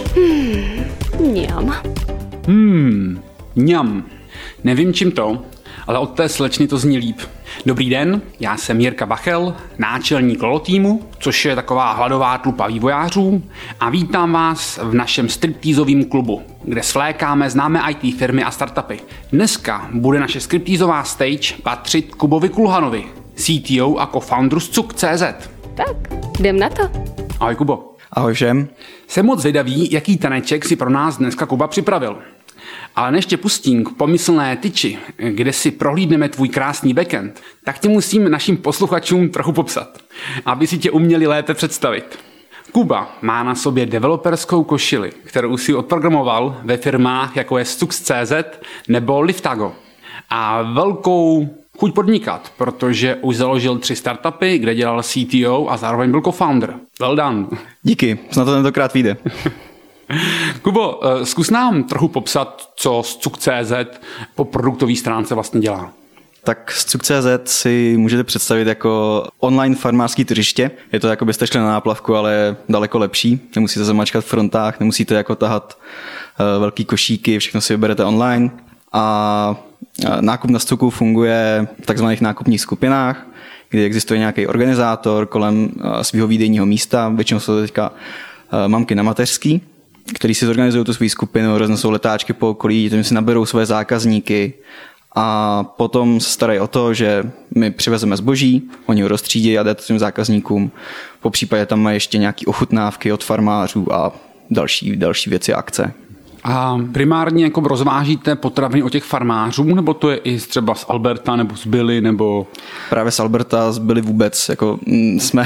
Mňam. Mňam. Nevím čím to, ale od té slečny to zní líp. Dobrý den, já jsem Jirka Bachel, náčelník lolotýmu, což je taková hladová tlupa vývojářů, a vítám vás v našem striptýzovém klubu, kde svlékáme známé IT firmy a startupy. Dneska bude naše striptýzová stage patřit Kubovi Kulhanovi, CTO a co-founderu z Cuk.cz. Tak, jdem na to. Ahoj Kubo. Ahoj všem. Jsem moc zvědavý, jaký taneček si pro nás dneska Kuba připravil. Ale než tě pustím k pomyslné tyči, kde si prohlídneme tvůj krásný backend, tak tě musím našim posluchačům trochu popsat, aby si tě uměli lépe představit. Kuba má na sobě developerskou košili, kterou si odprogramoval ve firmách jako je Cuk.cz nebo Liftago. A velkou chuť podnikat, protože už založil 3 startupy, kde dělal CTO a zároveň byl co-founder. Well done. Díky, snad to tentokrát vyjde. Kubo, zkus nám trochu popsat, co z Cuk.cz po produktové stránce vlastně dělá. Tak z Cuk.cz si můžete představit jako online farmářský tržiště. Je to jako byste šli na náplavku, ale daleko lepší. Nemusíte zamačkat v frontách, nemusíte jako tahat velký košíky, všechno si vyberete online. A nákup na Cuku funguje v takzvaných nákupních skupinách, kdy existuje nějaký organizátor kolem svého výdejního místa. Většinou jsou to teďka mamky na mateřský, který si zorganizují tu svou skupinu, roznesou letáčky po okolí, tím si naberou své zákazníky a potom se starají o to, že my přivezeme zboží, oni ho rozstřídí a dají to svým zákazníkům. Po případě tam mají ještě nějaké ochutnávky od farmářů a další věci a akce. A primárně jako rozvážíte potraviny od těch farmářů, nebo to je i třeba z Alberta, nebo z Billy, nebo... Právě z Alberta, z Billy vůbec, jako jsme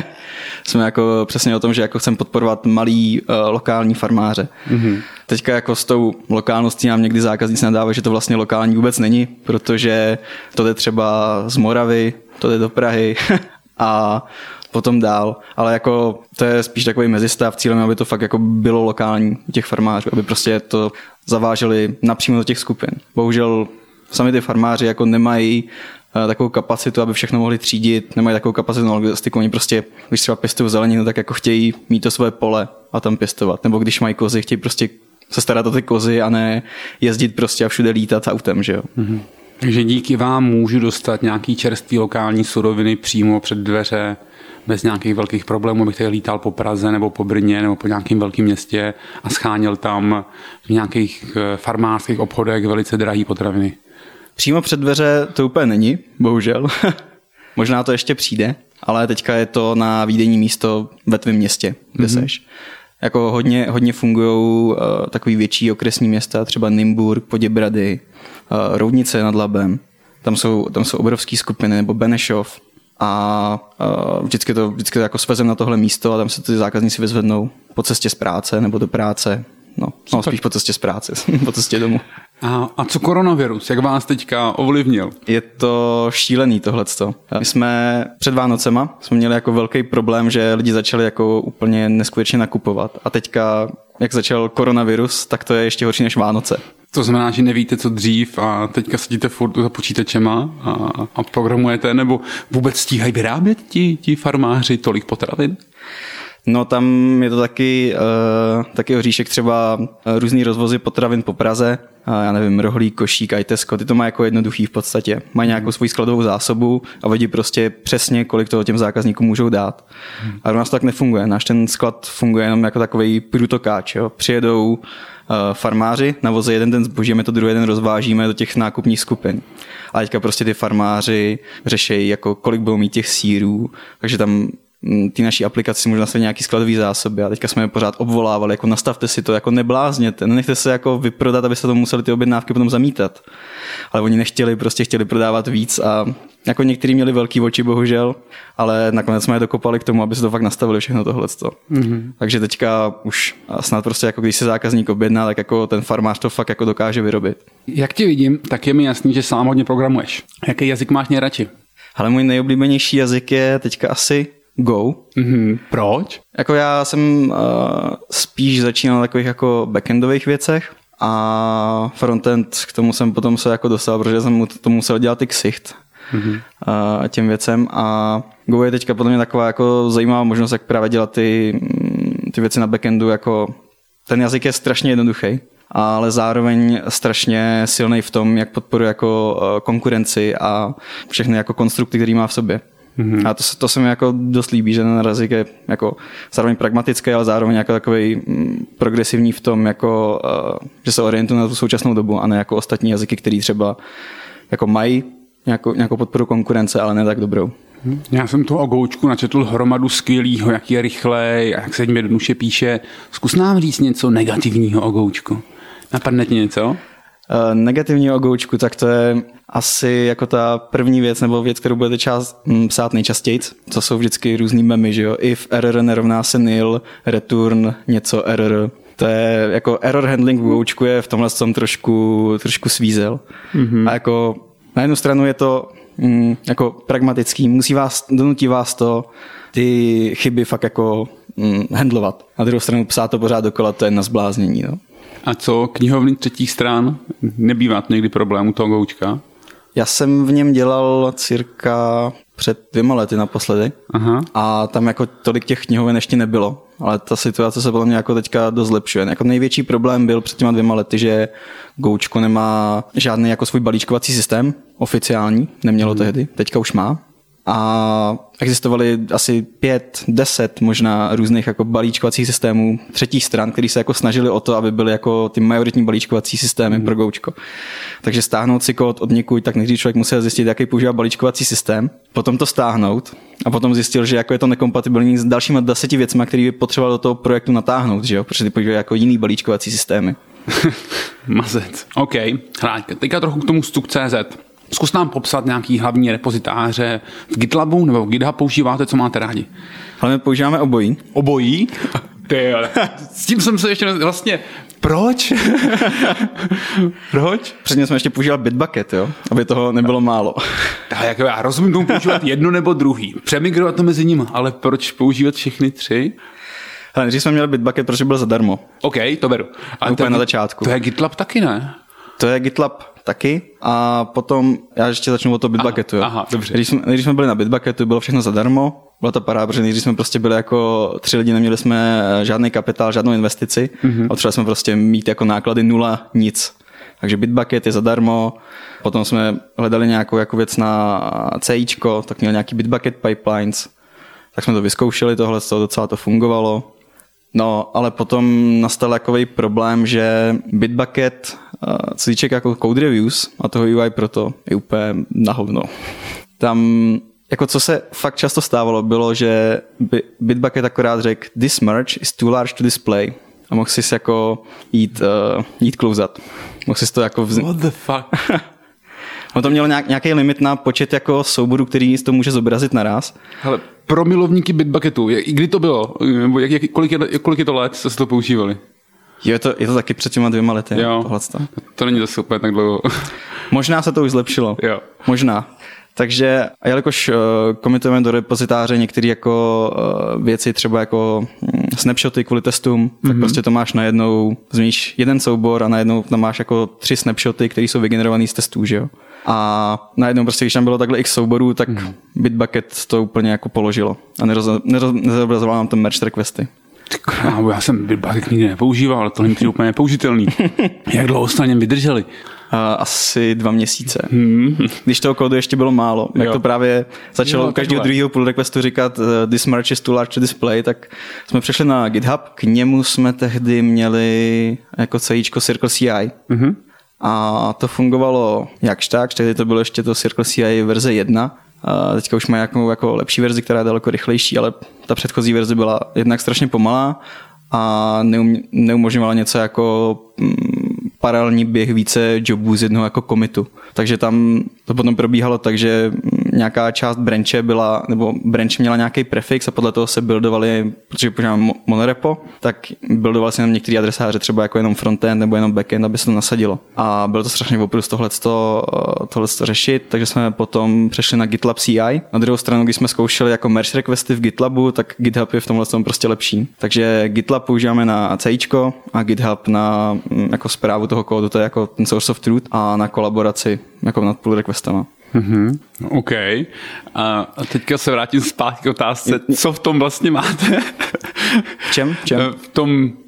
jako přesně o tom, že jako chceme podporovat malý lokální farmáře. Mm-hmm. Teďka jako s tou lokálností nám někdy zákazníci nadávají, že to vlastně lokální vůbec není, protože to jde třeba z Moravy, to jde do Prahy a potom dál, ale jako to je spíš takový mezistav, cílem, aby to fakt jako bylo lokální u těch farmářů, aby prostě to zaváželi napřímo do těch skupin. Bohužel sami ty farmáři jako nemají takovou kapacitu, aby všechno mohli třídit, nemají takovou kapacitu na logistiku, oni prostě, když třeba pěstují zeleninu, tak jako chtějí mít to své pole a tam pěstovat, nebo když mají kozy, chtějí prostě se starat o ty kozy a ne jezdit prostě a všude lítat autem, že jo. Mm-hmm. Takže díky vám můžu dostat nějaký čerstvý lokální suroviny přímo před dveře, bez nějakých velkých problémů, abych tady lítal po Praze nebo po Brně nebo po nějakém velkém městě a scháněl tam v nějakých farmářských obchodech velice drahé potraviny. Přímo před dveře to úplně není, bohužel. Možná to ještě přijde, ale teďka je to na výdejní místo ve tvém městě, kde seš. Jako hodně fungují takový větší okresní města, třeba Nymburk, Poděbrady, Roudnice nad Labem. Tam jsou obrovské skupiny, nebo Benešov. A vždycky to jako svezem na tohle místo a tam se ty zákazníci vyzvednou po cestě z práce nebo do práce. No spíš po cestě z práce, po cestě domů. A co koronavirus? Jak vás teďka ovlivnil? Je to šílený tohleto. My jsme před Vánocema měli jako velký problém, že lidi začali jako úplně neskutečně nakupovat. A teďka, jak začal koronavirus, tak to je ještě horší než Vánoce. To znamená, že nevíte, co dřív a teďka sedíte furt za počítačema a programujete, nebo vůbec stíhají vyrábět ti farmáři tolik potravin? No tam je to taky oříšek, třeba různý rozvozy potravin po Praze, já nevím, Rohlík, Košík, Tesco, ty to má jako jednoduchý v podstatě. Mají nějakou svoji skladovou zásobu a vědí prostě přesně, kolik toho těm zákazníkům můžou dát. A u nás to tak nefunguje. Náš ten sklad funguje jenom jako takovej průtokáč. Jo? Přijedou farmáři, navoze jeden den zboží, my to druhý den rozvážíme do těch nákupních skupin. A teďka prostě ty farmáři řeší, jako kolik budou mít těch sýrů, takže tam ty naší aplikaci můžou nastavit nějaký skladový zásoby a teďka jsme je pořád obvolávali, jako nastavte si to, jako neblázněte, nenechte se jako vyprodat, abyste to museli ty objednávky potom zamítat. Ale oni nechtěli, prostě chtěli prodávat víc a jako někteří měli velký oči, bohužel, ale nakonec jsme je dokopali k tomu, aby se to fakt nastavili všechno tohleto. Mm-hmm. Takže teďka už snad prostě jako když se zákazník objedná, tak jako ten farmář to fakt jako dokáže vyrobit. Jak tě vidím, tak je mi jasný, že sám hodně programuješ. Jaký jazyk máš nejradši? Ale můj nejoblíbenější jazyk je teďka asi Go. Mm-hmm. Proč? Jako já jsem spíš začínal na takových jako backendových věcech a frontend k tomu jsem potom se jako dostal, protože jsem to musel dělat i ksicht těm věcem a Go je teďka podle mě taková jako zajímavá možnost, jak právě dělat ty věci na backendu jako ten jazyk je strašně jednoduchý, ale zároveň strašně silný v tom, jak podporuje jako konkurenci a všechny jako konstrukty, který má v sobě. Mm-hmm. A to se mi jako dost líbí, že ten jazyk je jako zároveň pragmatický, ale zároveň jako takovej progresivní v tom, jako, že se orientuje na tu současnou dobu a ne jako ostatní jazyky, který třeba jako mají nějakou podporu konkurence, ale ne tak dobrou. Já jsem to o Goučku načetl hromadu skvělýho, jak je rychlej a jak se mi jednoduše píše. Zkus nám říct něco negativního o Goučku. Napadne ti něco? Negativního o Goučku, tak to je asi jako ta první věc, nebo věc, kterou budete psát nejčastěji, co jsou vždycky různý memy, že jo? If error nerovná se nil, return něco error. To je jako error handling v Goučku je v tomhle tom trošku svízel. Mm-hmm. A jako na jednu stranu je to jako pragmatický, donutí vás to ty chyby fakt jako handlovat. Na druhou stranu psát to pořád dokola, to je na zbláznění. No. A co knihovny třetích stran? Nebývá to někdy problém u toho Goučka? Já jsem v něm dělal cirka před 2 lety naposledy. Aha. A tam jako tolik těch knihoven ještě nebylo. Ale ta situace se podle mě jako teďka dost zlepšuje. Jako největší problém byl před těma 2 lety, že Goučko nemá žádný jako svůj balíčkovací systém oficiální, nemělo tehdy, teďka už má. A existovaly asi 5-10 možná různých jako balíčkovacích systémů třetích stran, který se jako snažili o to, aby byly jako ty majoritní balíčkovací systémy pro Goučko. Takže stáhnout si kód od někud, tak nejdřív člověk musel zjistit, jaký používá balíčkovací systém, potom to stáhnout a potom zjistil, že jako je to nekompatibilní s dalšíma 10 věcmi, které by potřeboval do toho projektu natáhnout, že jo? Protože ty používají jako jiný balíčkovací systémy. Mazec. OK. Hráďka, teďka trochu k tomu Stuk.cz. Zkus nám popsat nějaký hlavní repozitáře v GitLabu nebo v GitHub používáte, co máte rádi? Ale my používáme obojí. Obojí? S tím jsem se ještě vlastně... Proč? Proč? Předtím jsme ještě používali Bitbucket, jo? Aby toho nebylo málo. Tak já rozumím tomu používat jedno nebo druhý. Přemigrovat to mezi nimi, ale proč používat všechny 3? Hele, nejdřív jsme měli Bitbucket, protože byl zadarmo. OK, to beru. Ale úplně na začátku. To je GitLab taky, ne? To je GitLab taky a potom, já ještě začnu od toho Bitbucketu. Aha, dobře. Když jsme byli na Bitbucketu, bylo všechno zadarmo, byla to paráda, protože nejdřív jsme prostě byli jako 3 lidi, neměli jsme žádný kapitál, žádnou investici a potřebovali jsme prostě mít jako náklady 0, nic. Takže Bitbucket je zadarmo, potom jsme hledali nějakou jako věc na CIčko, tak měl nějaký Bitbucket pipelines, tak jsme to vyzkoušeli, tohle docela to fungovalo. No, ale potom nastal takový problém, že Bitbucket, co týče jako code reviews a toho UI proto je úplně na hovno. Tam, jako co se fakt často stávalo, bylo, že Bitbucket akorát řekl this merge is too large to display a mohl jsi jako jít closeat. Mohl jsi to jako What the fuck? No to mělo nějaký limit na počet jako souborů, který to může zobrazit naraz. Hele, pro milovníky Bitbucketu, kdy to bylo? Nebo kolik je to let, co jste to používali? Jo, je to taky před těma 2 lety. Jo, tohleto. To není zase úplně tak dlouho. Možná se to už zlepšilo. Jo. Možná. Takže, jelikož komitujeme do repozitáře některé jako věci, třeba jako snapshoty kvůli testům, tak prostě to máš najednou, změníš jeden soubor a najednou tam máš jako 3 snapshoty, které jsou vygenerované z testů, že jo. A najednou prostě, když tam bylo takhle x souborů, tak Bitbucket to úplně jako položilo a nezobrazoval nám tam merge requesty. Krávo, já jsem Bitbucket nikdy nepoužíval, ale to není úplně nepoužitelný. Jak dlouho jste na něm vydrželi? Asi 2 měsíce. Když toho kódu ještě bylo málo. Jak to právě začalo u každého druhého pull requestu říkat this merge is too large to display, tak jsme přešli na GitHub. K němu jsme tehdy měli jako CIčko Circle CI. A to fungovalo jakž tak, tehdy to bylo ještě to Circle CI verze 1. A teďka už má nějakou jako lepší verzi, která je daleko rychlejší, ale ta předchozí verze byla jednak strašně pomalá a neumožňovala něco jako paralelní běh více jobů z jednoho jako commitu. Takže tam to potom probíhalo tak, že nějaká část branche byla, nebo branch měla nějaký prefix a podle toho se buildovali, protože používám monorepo, tak buildovali se jenom některé adresáře, třeba jako jenom frontend nebo jenom backend, aby se to nasadilo. A bylo to strašně oprus tohleto řešit, takže jsme potom přešli na GitLab CI. Na druhou stranu, když jsme zkoušeli jako merge requesty v GitLabu, tak GitHub je v tomhle prostě lepší. Takže GitLab používáme na CIčko a GitHub na jako správu toho kódu, to je jako ten source of truth a na kolaboraci jako nad pull requestama. OK. A teďka se vrátím zpátky k otázce, co v tom vlastně máte? V čem? V tom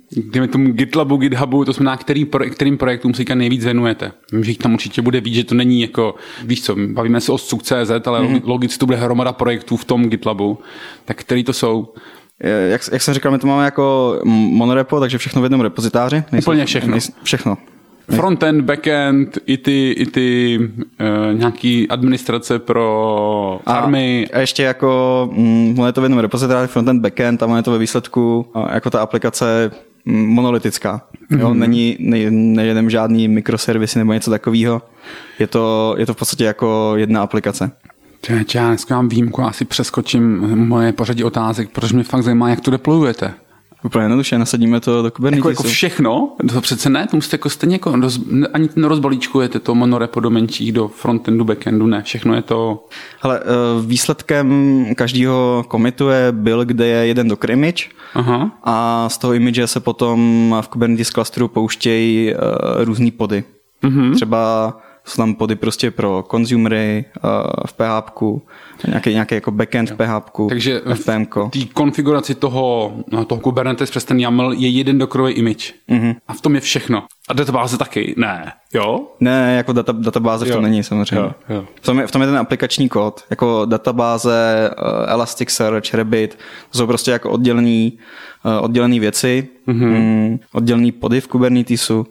dejme tomu GitLabu, GitHubu, to znamená, kterým projektům se nejvíc věnujete. Vím, že jich tam určitě bude víc, že to není jako, víš co, bavíme se o Suk.cz, ale logicky to bude hromada projektů v tom GitLabu. Tak který to jsou? Jak jsem říkal, my to máme jako monorepo, takže všechno v jednom repozitáři. Úplně všechno. Všechno. Frontend, backend, i ty nějaký administrace pro farmy. A ještě jako, je to v jednom repozitáři, frontend, backend, a je to ve výsledku jako ta aplikace monolitická. Jo? Nejedem žádný mikroservisy nebo něco takového. Je to v podstatě jako jedna aplikace. Já dneska mám výjimku, já si přeskočím moje pořadí otázek, protože mě fakt zajímá, jak to deployujete. Úplně jednoduše, nasadíme to do Kubernetesu. Jako všechno? To přece ne, to musíte jako stejně jako ani rozbalíčkujete to monorepo do menších, do frontendu, backendu, ne, všechno je to... Hele, výsledkem každého commitu je build, kde je jeden Docker image. Aha. A z toho image se potom v Kubernetes clusteru pouštějí různý pody. Třeba jsou tam pody prostě pro consumery v PHPku, nějaký jako backend v PHPku, takže FPMko. V té konfiguraci toho Kubernetes přes ten YAML je jeden dockerový image. A v tom je všechno. A databáze taky? Ne. Jo? Ne, jako databáze v tom není samozřejmě. Jo. V tom je ten aplikační kód. Jako databáze, Elasticsearch, Rabbit, to jsou prostě jako oddělené věci, oddělené pody v Kubernetesu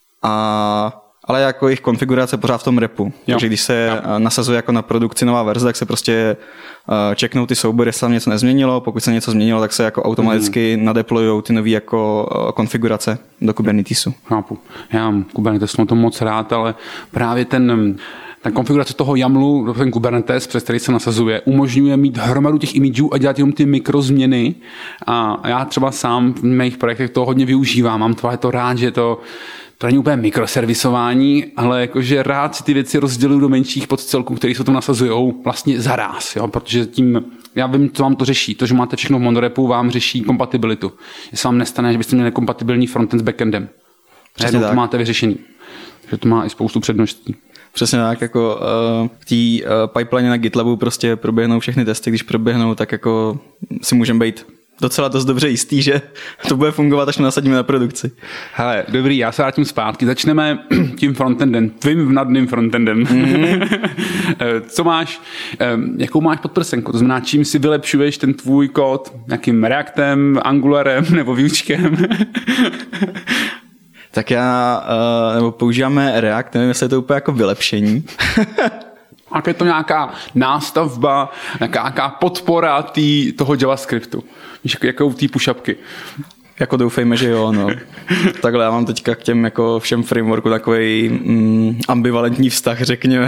ale jako jejich konfigurace pořád v tom repu. Takže když se nasazuje jako na produkci nová verze, tak se prostě checknou ty soubory, jestli tam něco nezměnilo. Pokud se něco změnilo, tak se jako automaticky nadeployujou ty nový jako konfigurace do Kubernetesu. Chápu. Já mám Kubernetes, jsem to moc rád, ale právě ta konfigurace toho YAMLu, ten Kubernetes, přes který se nasazuje, umožňuje mít hromadu těch imidžů a dělat jenom ty mikrozměny. A já třeba sám v mých projektech to hodně využívám. Mám to rád, že to není úplně mikroservisování, ale jakože rád si ty věci rozděluju do menších podcelků, které se tam nasazují vlastně zaráz, jo? Protože tím, já vím, co vám to řeší. To, že máte všechno v monorepu, vám řeší kompatibilitu. Jestli vám nestane, že byste měli nekompatibilní frontend s backendem. Přesně tak. To máte vyřešený. Takže to má i spoustu předností. Přesně tak, jako v té pipeline na GitLabu prostě proběhnou všechny testy, když proběhnou, tak jako si můžeme být docela dost dobře jistý, že to bude fungovat, až nasadíme na produkci. Hele, dobrý, já se vrátím zpátky. Začneme tím frontendem, tvým vnadným frontendem. Co máš, jakou máš podprsenku? To znamená, čím si vylepšuješ ten tvůj kód? Jakým Reactem, Angularem nebo Vuečkem? Tak nebo používáme React, nevím, jestli je to úplně jako vylepšení. A je to nějaká nástavba, nějaká podpora toho JavaScriptu. Víš, jakou té push-upky. Jako doufejme, že jo, no. Takhle já mám teďka k těm jako všem frameworku takový ambivalentní vztah, řekněme.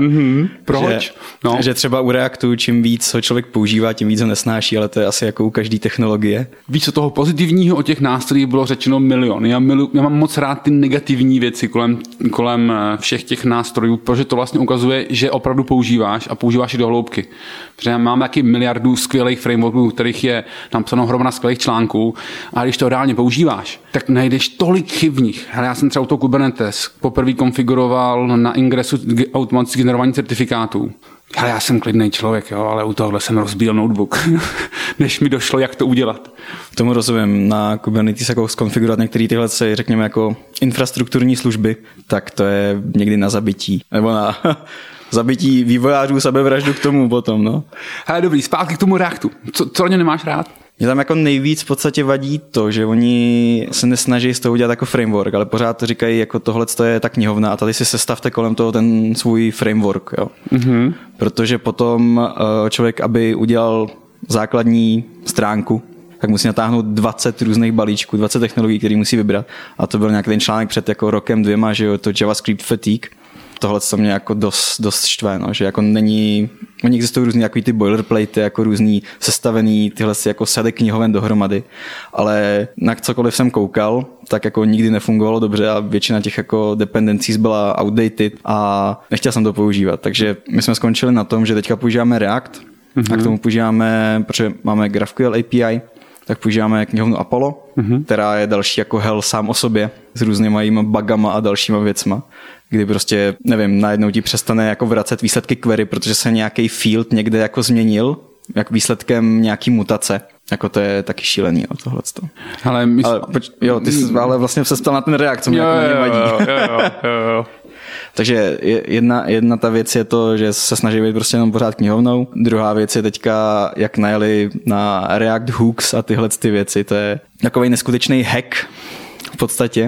Proč? Že třeba u Reactu, čím víc ho člověk používá, tím víc ho nesnáší, ale to je asi jako u každé technologie. Víš, co toho pozitivního o těch nástrojích bylo řečeno milion. Já mám moc rád ty negativní věci kolem všech těch nástrojů, protože to vlastně ukazuje, že opravdu používáš a používáš i do hloubky. Protože máme taky miliardu skvělých frameworků, kterých je napsáno hromada skvělých článků, a když to reálně používáš, tak najdeš tolik chyb v nich. Hele, já jsem třeba to Kubernetes poprvé konfiguroval na ingresu automaticky generování certifikátů. Ale já jsem klidný člověk, jo, ale u tohohle jsem rozbíl notebook, než mi došlo, jak to udělat. Tomu rozumím. Na Kubernetes jako zkonfigurovat některé tyhle, řekněme, jako infrastrukturní služby, tak to je někdy na zabití. Nebo na zabití vývojářů, sebevraždu k tomu potom, no. Hele, dobrý, zpátky k tomu Reactu. Co o něm nemáš rád? Mě tam jako nejvíc v podstatě vadí to, že oni se nesnaží z toho udělat jako framework, ale pořád to říkají, jako tohle je ta knihovna a tady si sestavte kolem toho ten svůj framework. Jo. Protože potom člověk, aby udělal základní stránku, tak musí natáhnout 20 různých balíčků, 20 technologií, které musí vybrat. A to byl nějaký ten článek před jako rokem, 2, že jo, to JavaScript fatigue. Tohle to mě jako dost štve, no, že jako oni existují různý jako ty boilerplate, jako různý sestavený tyhle jako sady knihoven dohromady, ale na cokoliv jsem koukal, tak jako nikdy nefungovalo dobře a většina těch jako dependencies byla outdated a nechtěl jsem to používat, takže my jsme skončili na tom, že teďka používáme React a k tomu používáme, protože máme GraphQL API, tak používáme knihovnu Apollo, která je další jako hell sám o sobě s různýma jíma bugama a dalšíma věcma, kdy prostě, nevím, najednou ti přestane jako vracet výsledky query, protože se nějaký field někde jako změnil, jak výsledkem nějaký mutace. Jako to je taky šílený, jo, tohleto. Ale ty jsi ale vlastně se ptal na ten React, co mě jako na ně vadí. Jo. Takže jedna ta věc je to, že se snaží být prostě jenom pořád knihovnou. Druhá věc je teďka, jak najeli na React hooks a tyhle ty věci. To je takovej neskutečný hack v podstatě,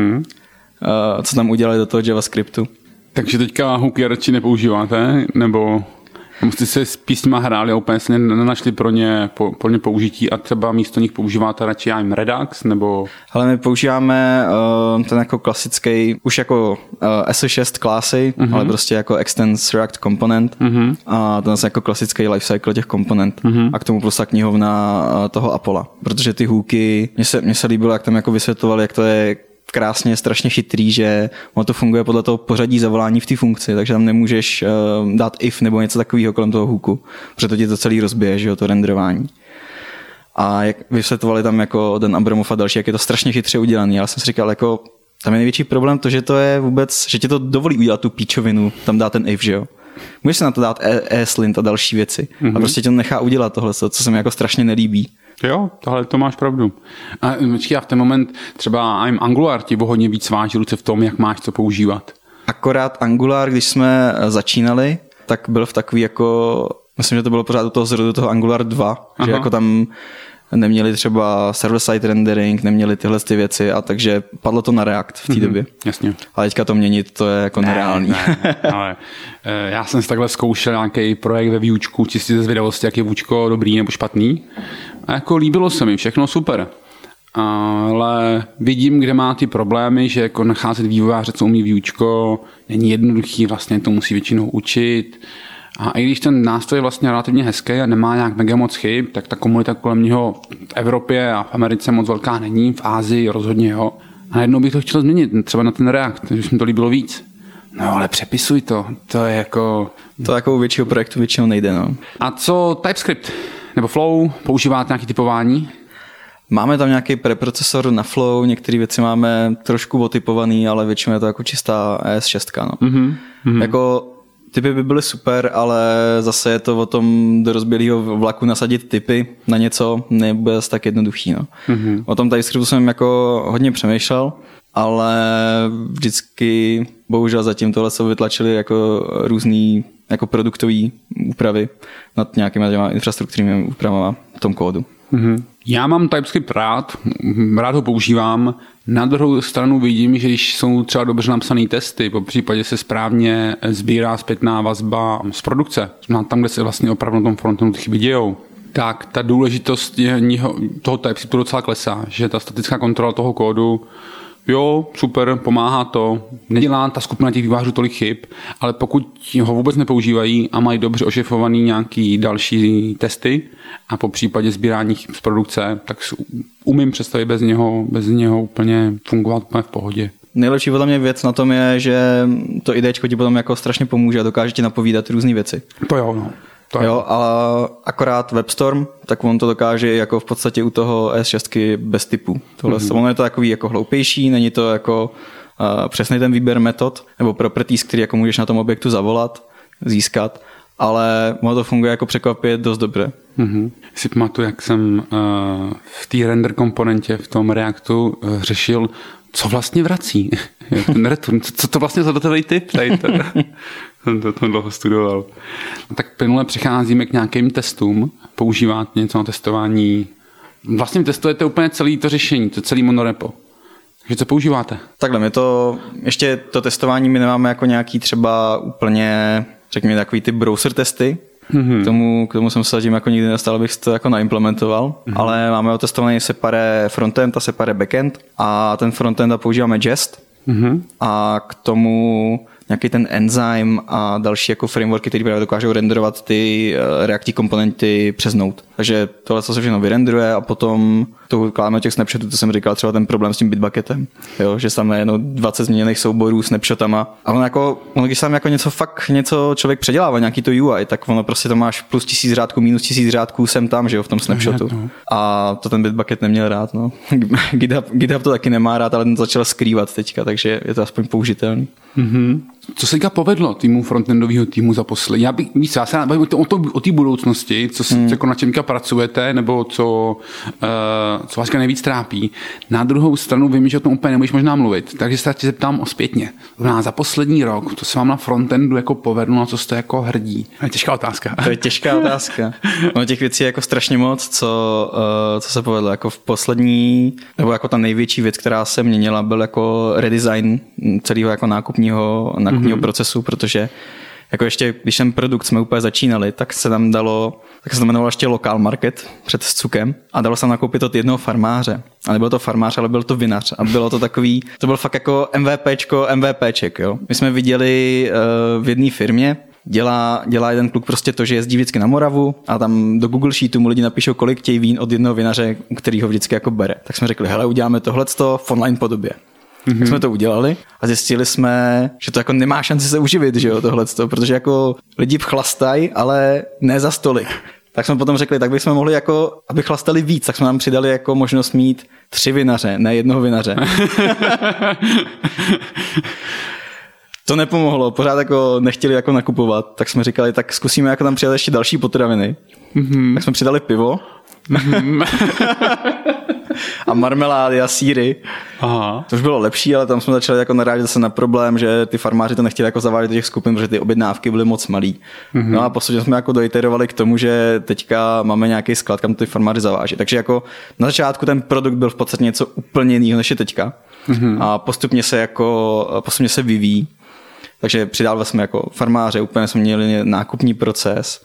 co tam udělali do toho JavaScriptu. Takže teďka hooky radši nepoužíváte? Nebo jste se s písněma hráli a úplně se nenašli pro ně použití a třeba místo nich používáte radši Redux? Nebo... Ale my používáme ten jako klasický, už jako SE6 klasy, ale prostě jako Extends React Component a ten je jako klasický lifecycle těch komponent a k tomu plus ta knihovna toho Apollo. Protože ty hooky, mně se líbilo, jak tam jako vysvětlovali, jak to je krásně, strašně chytrý, že ono to funguje podle toho pořadí zavolání v té funkci, takže tam nemůžeš dát if nebo něco takového kolem toho hooku, protože to ti to celý rozbije, že jo, to renderování. A jak vysvětlovali tam jako Dan Abramov a další, jak je to strašně chytře udělaný, ale jsem si říkal, jako tam je největší problém to, že to je vůbec, že ti to dovolí udělat tu píčovinu, tam dá ten if, že jo. Můžeš si na to dát ESLint a další věci, a prostě tě to nechá udělat tohle, co se mi jako strašně nelíbí. Jo, tohle to máš pravdu. A v ten moment třeba Angular ti hodně víc váží ruce v tom, jak máš co používat. Akorát Angular, když jsme začínali, tak byl v takový jako, myslím, že to bylo pořád do toho zrodu toho Angular 2, že jako tam neměli třeba server-side rendering, neměli tyhle ty věci a takže padlo to na React v té době. Jasně. Ale teďka to měnit, to je jako nereálný. Ne, ale já jsem si takhle zkoušel nějaký projekt ve výučku, čistě ze zvědavosti, jak je výučko dobrý nebo špatný. A jako líbilo se mi, všechno super. Ale vidím, kde má ty problémy, že jako nacházet vývojáře, co umí výučko, není jednoduchý, vlastně to musí většinou učit. A i když ten nástroj je vlastně relativně hezký a nemá nějak mega moc chyb, tak ta komunita kolem něho v Evropě a v Americe moc velká není, v Ázii rozhodně jo. A najednou bych to chtěl změnit, třeba na ten React, že mi to líbilo víc. No ale přepisuj to je jako... To jako u většího projektu většinou nejde, no. A co TypeScript? Nebo Flow? Používáte nějaké typování? Máme tam nějaký preprocesor na Flow, některé věci máme trošku otypovaný, ale většinou je to jako čistá ES6, no. Jako typy by byly super, ale zase je to o tom do rozbělého vlaku nasadit typy na něco nebude zase tak jednoduchý. No. O tom TypeScriptu jsem jako hodně přemýšlel, ale vždycky bohužel zatím tohle se vytlačili jako různý jako produktové úpravy nad nějakými infrastrukturními úpravami v tom kódu. Já mám TypeScript rád ho používám. Na druhou stranu vidím, že když jsou třeba dobře napsané testy, po případě se správně sbírá zpětná vazba z produkce, tam, kde se vlastně opravdu na tom frontendu chyby dějou, tak ta důležitost toho TypeScriptu docela klesá, že ta statická kontrola toho kódu, jo, super, pomáhá to, nedělá ta skupina těch vývojářů tolik chyb, ale pokud ho vůbec nepoužívají a mají dobře ošefovaný nějaký další testy a po případě sbírání z produkce, tak umím představit bez něho úplně fungovat úplně v pohodě. Nejlepší podle mě věc na tom je, že to IDčko ti potom jako strašně pomůže a dokáže ti napovídat různé věci. To jo, no. Jo, ale akorát WebStorm, tak on to dokáže jako v podstatě u toho S6 bez typu. Ono je to takový jako hloupější, není to jako přesný ten výběr metod nebo properties, který jako můžeš na tom objektu zavolat, získat, ale ono to funguje jako překvapivě dost dobře. Si pamatuju, jak jsem v té render komponentě v tom Reactu řešil, co vlastně vrací. Ten return, co to vlastně za datový typ? Jsem to dlouho studoval. Tak plynule přecházíme k nějakým testům. Používat něco na testování. Vlastně testujete úplně celé to řešení, to celý monorepo. Takže co používáte? Takhle, my to, ještě to testování my nemáme jako nějaký třeba úplně, řekněme, takový ty browser testy. K tomu jsem se zatím jako nikdy nestal, abych to jako naimplementoval, ale máme otestovaný separé frontend a separé backend a ten frontend používáme Jest a k tomu nějaký ten enzyme a další jako frameworky, které právě dokážou renderovat ty reakční komponenty přes Node. Takže tohle se všechno vyrenderuje a potom to kládáme těch snapshotů, to jsem říkal, třeba ten problém s tím Bitbucketem, jo, že tam je 20 změněných souborů snapshotama a on když tam jako něco člověk předělává, nějaký to UI, tak ono prostě to máš plus 1000 řádků, minus 1000 řádků sem tam, že jo, v tom snapshotu. A to ten Bitbucket neměl rád, no. GitHub to taky nemá rád, ale ten začal skrývat teďka, takže je to aspoň použitelný. Co se povedlo týmu frontendového týmu za poslední? Já se bavím o té budoucnosti, co jako na čem pracujete, nebo co vás nejvíc trápí. Na druhou stranu vím, že o tom úplně nemůžeš možná mluvit, takže se tě zeptám o zpětně. Za poslední rok, to se vám na frontendu jako povedlo, na co jste jako hrdí? To je těžká otázka. To je těžká otázka. No, těch věcí je jako strašně moc, co se povedlo. Jako v poslední, nebo jako ta největší věc, která se měnila, byl jako redesign celého jako nákupního procesu, protože jako ještě, když ten produkt jsme úplně začínali, tak se tam jmenovalo ještě Local Market před Scukem a dalo se nakoupit od jednoho farmáře. A nebyl to farmář, ale byl to vinař. A bylo to takový, to byl fakt jako MVPček, jo. My jsme viděli v jedné firmě, dělá jeden kluk prostě to, že jezdí vždycky na Moravu a tam do Google Sheetu mu lidi napíšou, kolik chtějí vín od jednoho vinaře, který ho vždycky jako bere. Tak jsme řekli, hele, uděláme tohleto v online podobě. Tak jsme to udělali a zjistili jsme, že to jako nemá šanci se uživit, že jo, tohleto, protože jako lidi chlastají, ale ne za stolik. Tak jsme potom řekli, tak bychom mohli jako, aby chlastali víc, tak jsme nám přidali jako možnost mít 3 vinaře, ne jednoho vinaře. To nepomohlo, pořád jako nechtěli jako nakupovat, tak jsme říkali, tak zkusíme jako tam přidat ještě další potraviny. Tak jsme přidali pivo. A marmelády a sýry. Aha. To už bylo lepší, ale tam jsme začali jako narážet se na problém, že ty farmáři to nechtěli jako zavádět do těch skupin, protože ty objednávky byly moc malý. No a postupně jsme jako doiterovali k tomu, že teďka máme nějaký sklad, kam ty farmáři zaváží. Takže jako na začátku ten produkt byl v podstatě něco úplně jiného než je teďka. A postupně se vyvíjí. Takže přidávali jsme jako farmáře, úplně jsme měli nákupní proces.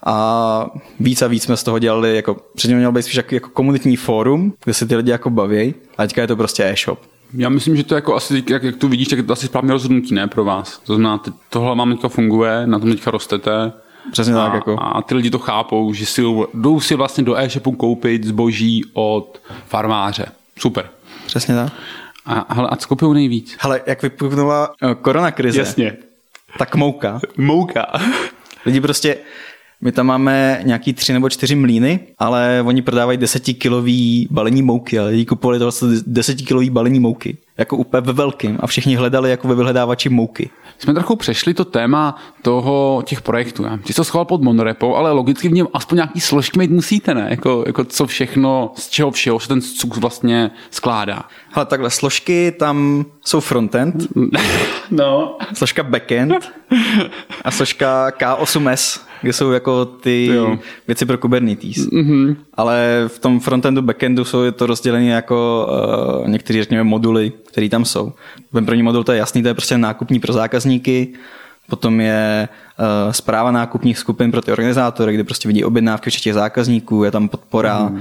A víc jsme z toho dělali, jako předtím měl být spíš jako komunitní fórum, kde se ty lidi jako baví, a teďka je to prostě e-shop. Já myslím, že to jako asi, jak tu vidíš, tak je to asi správně rozhodnutí, ne, pro vás. To znamená, tohle vám teďka funguje, na tom teďka rostete. Přesně tak jako. A ty lidi to chápou, že jdou si vlastně do e-shopu koupit zboží od farmáře. Super. Přesně tak. A co kupují nejvíc? Hele, jak vypuknula koronakrize, jasně, tak mouka. Mouka. Lidi prostě, my tam máme nějaký 3 nebo 4 mlýny, ale oni prodávají 10-kilový balení mouky, ale lidi kupovali to vlastně 10-kilový balení mouky, jako úplně ve velkým, a všichni hledali jako ve vyhledávači mouky. Jsme trochu přešli to téma těch projektů. Ty jsi to schoval pod monorepou, ale logicky v něm aspoň nějaký složky mít musíte, ne? Jako co všechno, z čeho všeho se ten cuk vlastně skládá. Hele, takhle, složky tam jsou frontend, no. Složka backend a složka K8S, kde jsou jako ty věci pro Kubernetes. Mm-hmm. Ale v tom frontendu, backendu jsou to rozdělené jako některé, řekněme, moduly, které tam jsou. Ten první modul, to je jasný, to je prostě nákupní pro zákazníky, potom je správa nákupních skupin pro ty organizátory, kde prostě vidí objednávky všech těch zákazníků, je tam podpora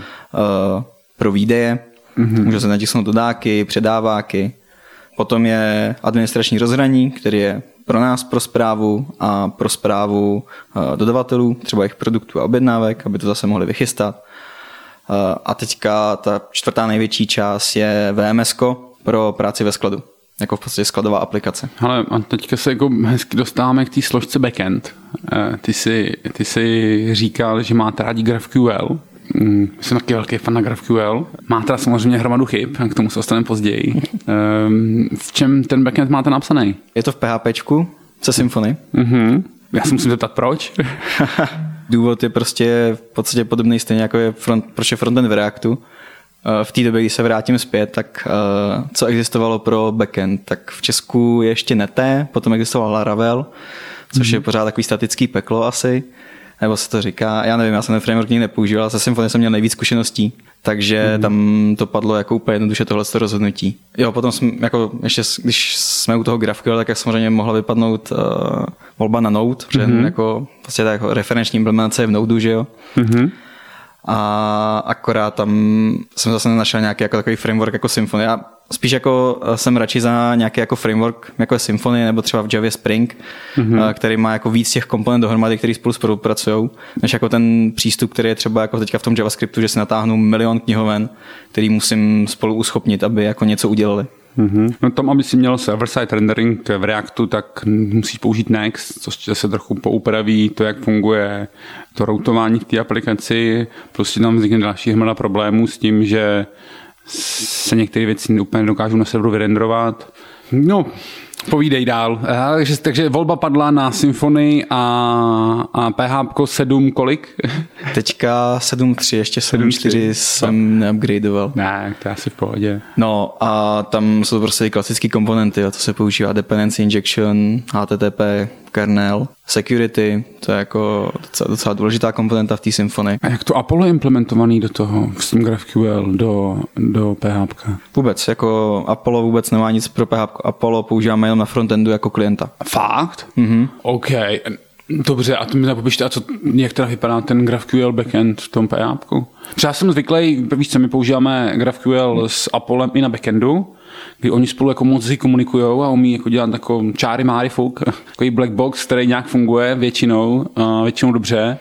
pro výdeje, může se natisknout dodáky, předáváky. Potom je administrační rozhraní, který je pro nás, pro správu a pro správu dodavatelů, třeba jejich produktů a objednávek, aby to zase mohli vychystat. A teďka ta 4. největší část je VMS-ko pro práci ve skladu, jako v podstatě skladová aplikace. Ale a teďka se jako hezky dostáváme k té složce backend. Ty jsi říkal, že máte rádi GraphQL. Jsem taky velký fan na GraphQL. Má teda samozřejmě hromadu chyb, k tomu se dostaneme později. V čem ten backend máte napsaný? Je to v PHPčku se Symfony. Mm-hmm. Já se musím zeptat, proč? Důvod je prostě v podstatě podobný stejně jako proč je frontend v Reactu. V té době, když se vrátím zpět, tak co existovalo pro backend, tak v Česku je ještě Nete, potom existoval Laravel, což je pořád takový statický peklo asi. Nebo se to říká, já nevím, já jsem ten framework nikdy nepoužíval, se Symfony jsem měl nejvíc zkušeností, takže tam to padlo jako úplně jednoduše tohleto rozhodnutí. Jo, potom jako ještě, když jsme u toho GraphQL, tak samozřejmě mohla vypadnout volba na Node, protože jako vlastně ta jako referenční implementace je v Nodeu, že jo. A akorát tam jsem zase nenašel nějaký jako takový framework jako Symfony. Já spíš jako jsem radši za nějaký jako framework jako Symfony nebo třeba v Javě Spring, který má jako víc těch komponent dohromady, který spolu spolupracují, než jako ten přístup, který je třeba jako teďka v tom JavaScriptu, že si natáhnu milion knihoven, který musím spolu uschopnit, aby jako něco udělali. No tam, aby si měl server-side rendering v Reactu, tak musíš použít Next, což se trochu poupraví to, jak funguje to routování v té aplikaci. Prostě tam vznikne další hmela problémů s tím, že se některé věci úplně dokážou na serveru vyrenderovat. No, Povídej dál. Takže volba padla na Symfony a PHP 7 kolik? Teďka 7.3, ještě 7.4 jsem neupgradeoval. Ne, to je asi v pohodě. No a tam jsou prostě klasické komponenty, to se používá dependency injection, HTTP, kernel, security, to je jako docela důležitá komponenta v té Symfony. A jak to Apollo je implementovaný do toho, v tím GraphQL, do PHP? Vůbec, jako Apollo vůbec nemá nic pro PHP. Apollo používáme jenom na frontendu jako klienta. Fakt? Mhm. OK. Dobře, a to mi napopište, a jak teda vypadá ten GraphQL backend v tom PHP? Třeba já jsem zvyklý, víš co, my používáme GraphQL s Apollem i na backendu, kdy oni spolu jako moc si komunikujou a umí jako dělat takový čáry máry fuk, takový black box, který nějak funguje většinou dobře.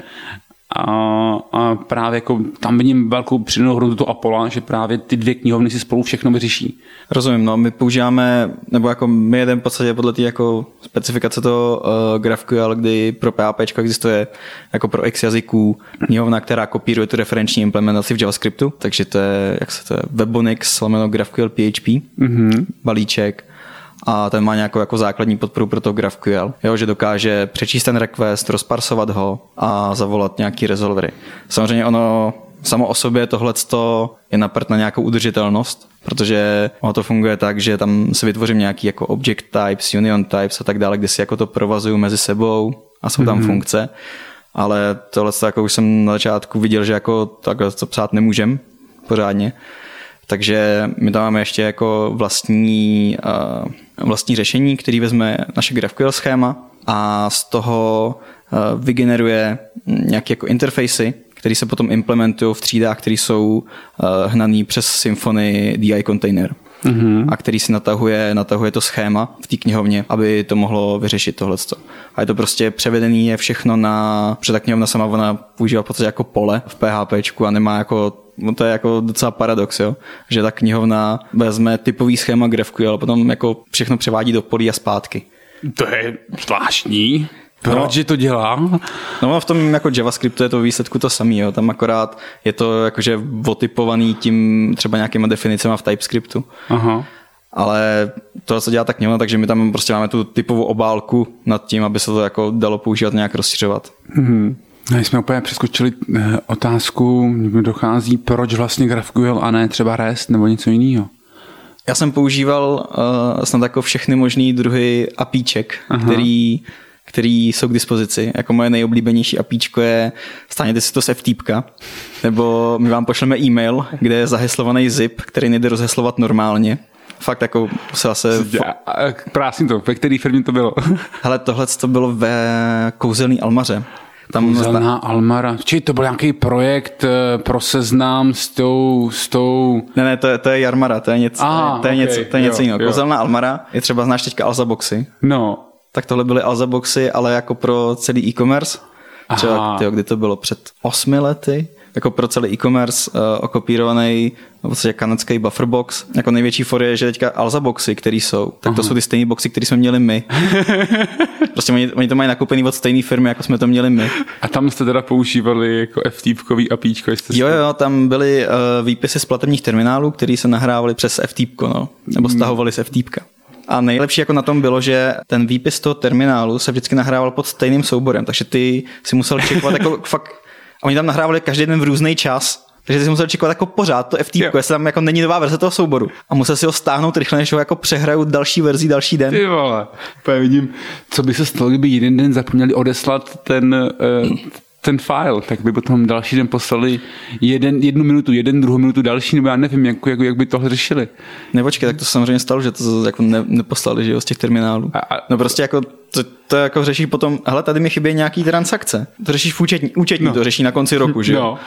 A právě jako tam vidím velkou přidanou hodnotu toho Apollo, že právě ty dvě knihovny si spolu všechno vyřeší. Rozumím, no, my používáme, nebo jako my jedeme v podstatě podle té jako specifikace toho GraphQL, kdy pro PHP existuje jako pro X jazyků knihovna, která kopíruje tu referenční implementaci v JavaScriptu, takže to je, jak se to je, Webonics, GraphQL PHP, balíček. A ten má nějakou jako základní podporu pro to GraphQL, jo, že dokáže přečíst ten request, rozparsovat ho a zavolat nějaký resolvery. Samozřejmě ono samo o sobě tohleto je naprt na nějakou udržitelnost, protože ono to funguje tak, že tam si vytvořím nějaký jako object types, union types a tak dále, kde si jako to provazuju mezi sebou a jsou tam funkce. Ale tohle jako už jsem na začátku viděl, že jako takhle to psát nemůžem pořádně. Takže my tam máme ještě jako vlastní řešení, který vezme naše GraphQL schéma a z toho vygeneruje nějaké jako interfejsy, které se potom implementují v třídách, které jsou hnaný přes Symfony DI container. A který si natahuje to schéma v té knihovně, aby to mohlo vyřešit tohleto. A je to prostě převedený je všechno protože ta knihovna sama ona používá v podstatě jako pole v PHPčku a nemá jako, to je jako docela paradox, jo? Že ta knihovna vezme typový schéma GraphQL a potom jako všechno převádí do polí a zpátky. To je zvláštní. Proč to dělá? No v tom jako JavaScriptu je to výsledku to samý, jo. Tam akorát je to jakože otypovaný tím třeba nějakýma definicema v TypeScriptu. Aha. Ale to, co dělá tak knihovna, takže my tam prostě máme tu typovou obálku nad tím, aby se to jako dalo používat, nějak rozšiřovat. My jsme úplně přeskočili otázku, mi dochází, proč vlastně GraphQL a ne třeba REST nebo něco jiného. Já jsem používal snad jako všechny možný druhy APIček, který jsou k dispozici. Jako moje nejoblíbenější APIčko je stáhněte si to z FTPka, nebo my vám pošleme e-mail, kde je zaheslovaný zip, který nejde rozheslovat normálně. Fakt jako se zase... Prásím to, ve který firmě to bylo? Hele, tohle to bylo ve Kouzelný Almaře. Kouzelná Almara. Či to byl nějaký projekt pro Seznam s tou... Ne, to je Jarmara, to je něco jiného. Kouzelná Almara je třeba, znáš teďka Alzaboxy. No. Tak tohle byly Alzaboxy, ale jako pro celý e-commerce. Třeba, kdy to bylo před 8 lety. Jako pro celý e-commerce okopírovaný vlastně kanadský bufferbox. Jako největší for je, že teďka Alzaboxy, který jsou, tak to jsou ty stejné boxy, které jsme měli my. Prostě oni to mají nakoupený od stejné firmy, jako jsme to měli my. A tam jste teda používali jako FTP-kový APIčko? Jo, tam byly výpisy z platebních terminálů, které se nahrávaly přes FTP, no. Nebo stahovaly z FTPka. A nejlepší jako na tom bylo, že ten výpis toho terminálu se vždycky nahrával pod stejným souborem, takže ty si musel čekovat jako fakt. A oni tam nahrávali každý den v různý čas, takže si musel čekovat jako pořád to FTP, jestli tam jako není nová verze toho souboru. A musel si ho stáhnout rychle, než ho jako přehraju další verzi další den. Ty vole, vidím, co by se stalo, kdyby jeden den zapomněli odeslat ten file, tak by potom další den poslali jednu minutu, druhou minutu další, nebo já nevím, jak by tohle řešili. Nepočkej, tak to samozřejmě stalo, že to jako neposlali, že jo, z těch terminálů. No prostě jako to jako řeší potom, hele, tady mi chybí nějaký transakce. To řešíš v účetní, to řeší na konci roku, že jo? No.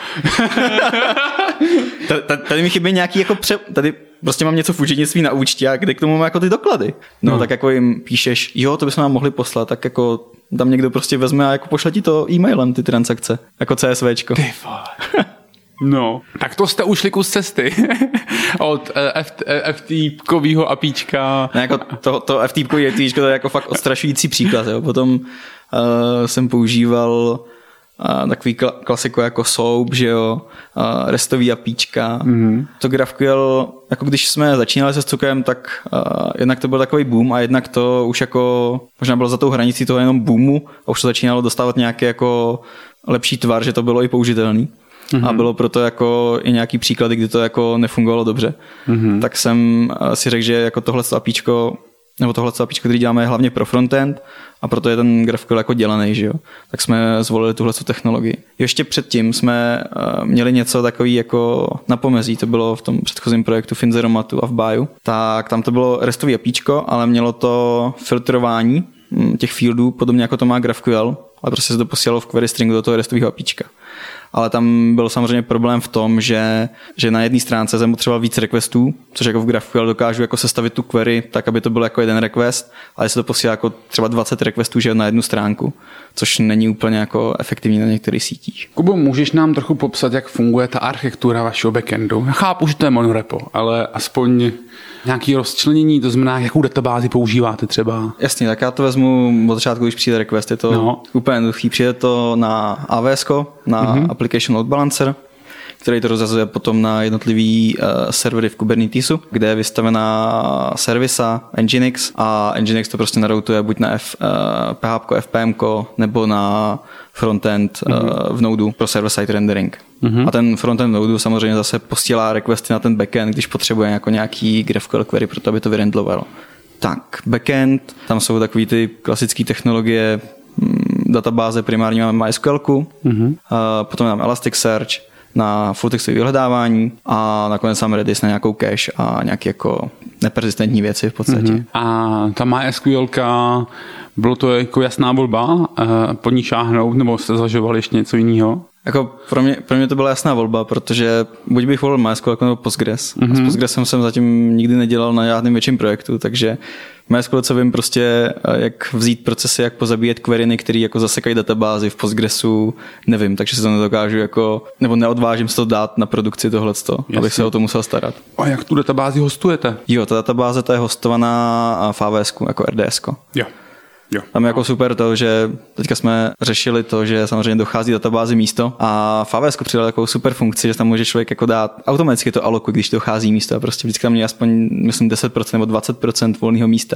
Tady mi chybí nějaký jako tady prostě mám něco v účetnictví na účtě a kde k tomu mám jako ty doklady. No tak jako jim píšeš, jo, to bychom vám mohli poslat, tak jako tam někdo prostě vezme a jako pošle ti to e-mailem ty transakce, jako CSVčko. Ty vole. No, tak to jste ušli kus cesty od FTP-kovýho APIčka. Ne, jako to FTP-kový APIčko to je jako fakt odstrašující příklad. Jo. Potom jsem používal takový klasiko jako SOAP, že jo, restový APIčka. To GraphQL, jako když jsme začínali se Scukem, tak jednak to byl takový boom a jednak to už jako možná bylo za tou hranicí toho jenom boomu a už to začínalo dostávat nějaký jako lepší tvar, že to bylo i použitelný. A bylo proto jako i nějaký příklady, kdy to jako nefungovalo dobře. Tak jsem si řekl, že jako tohle APIčko, který děláme hlavně pro frontend a proto je ten GraphQL jako dělaný, že jo. Tak jsme zvolili tuhle technologii. Ještě předtím jsme měli něco takový jako na pomezí, to bylo v tom předchozím projektu Finzeromatu a v Baju. Tak tam to bylo restový APIčko, ale mělo to filtrování těch fieldů, podobně jako to má GraphQL, ale prostě se to posílalo v query stringu do toho restového APIčka. Ale tam byl samozřejmě problém v tom, že na jedné stránce jsem potřeboval víc requestů, což jako v GraphQL dokážu jako sestavit tu query tak, aby to byl jako jeden request, ale se to posílá jako třeba 20 requestů, že na jednu stránku, což není úplně jako efektivní na některých sítích. Kubo, můžeš nám trochu popsat, jak funguje ta architektura vašeho backendu? Já chápu, že to je monorepo, ale aspoň nějaké rozčlenění, to znamená, jakou databázi používáte třeba? Jasně, tak já to vezmu od začátku, když přijde request, je to úplně jednoduchý. Přijde to na AWS, na Application Load Balancer, který to rozhazuje potom na jednotlivý servery v Kubernetesu, kde je vystavená servisa Nginx a Nginx to prostě naroutuje buď na PHP, FPM, nebo na frontend v Node pro server-side rendering. A ten frontend Node samozřejmě zase posílá requesty na ten backend, když potřebuje jako nějaký GraphQL query pro to, aby to vyrendlovalo. Tak, backend, tam jsou takový ty klasické technologie, databáze primárně máme MySQL, potom máme Elasticsearch na full textové vyhledávání a nakonec máme Redis na nějakou cache a nějaké jako neperzistentní věci v podstatě. A ta MySQLka, bylo to jako jasná volba pod ní šáhnout, nebo jste zvažovali ještě něco jiného? Jako pro mě to byla jasná volba, protože buď bych volil MySQL nebo Postgres. S Postgresem jsem zatím nikdy nedělal na žádném větším projektu, takže MySQL co vím prostě, jak vzít procesy, jak pozabíjet queryny, které jako zasekají databázy v Postgresu, nevím, takže se to nedokážu jako, nebo neodvážím se to dát na produkci tohleto, abych se o to musel starat. A jak tu databázi hostujete? Jo, ta databáze ta je hostovaná v AWS jako RDS-ko. Jo. Tam je jako super to, že teďka jsme řešili to, že samozřejmě dochází databázi místo a v AWS přidal takovou super funkci, že tam může člověk jako dát automaticky to alokuje, když dochází místo a prostě vždycky tam je aspoň myslím 10% nebo 20% volného místa.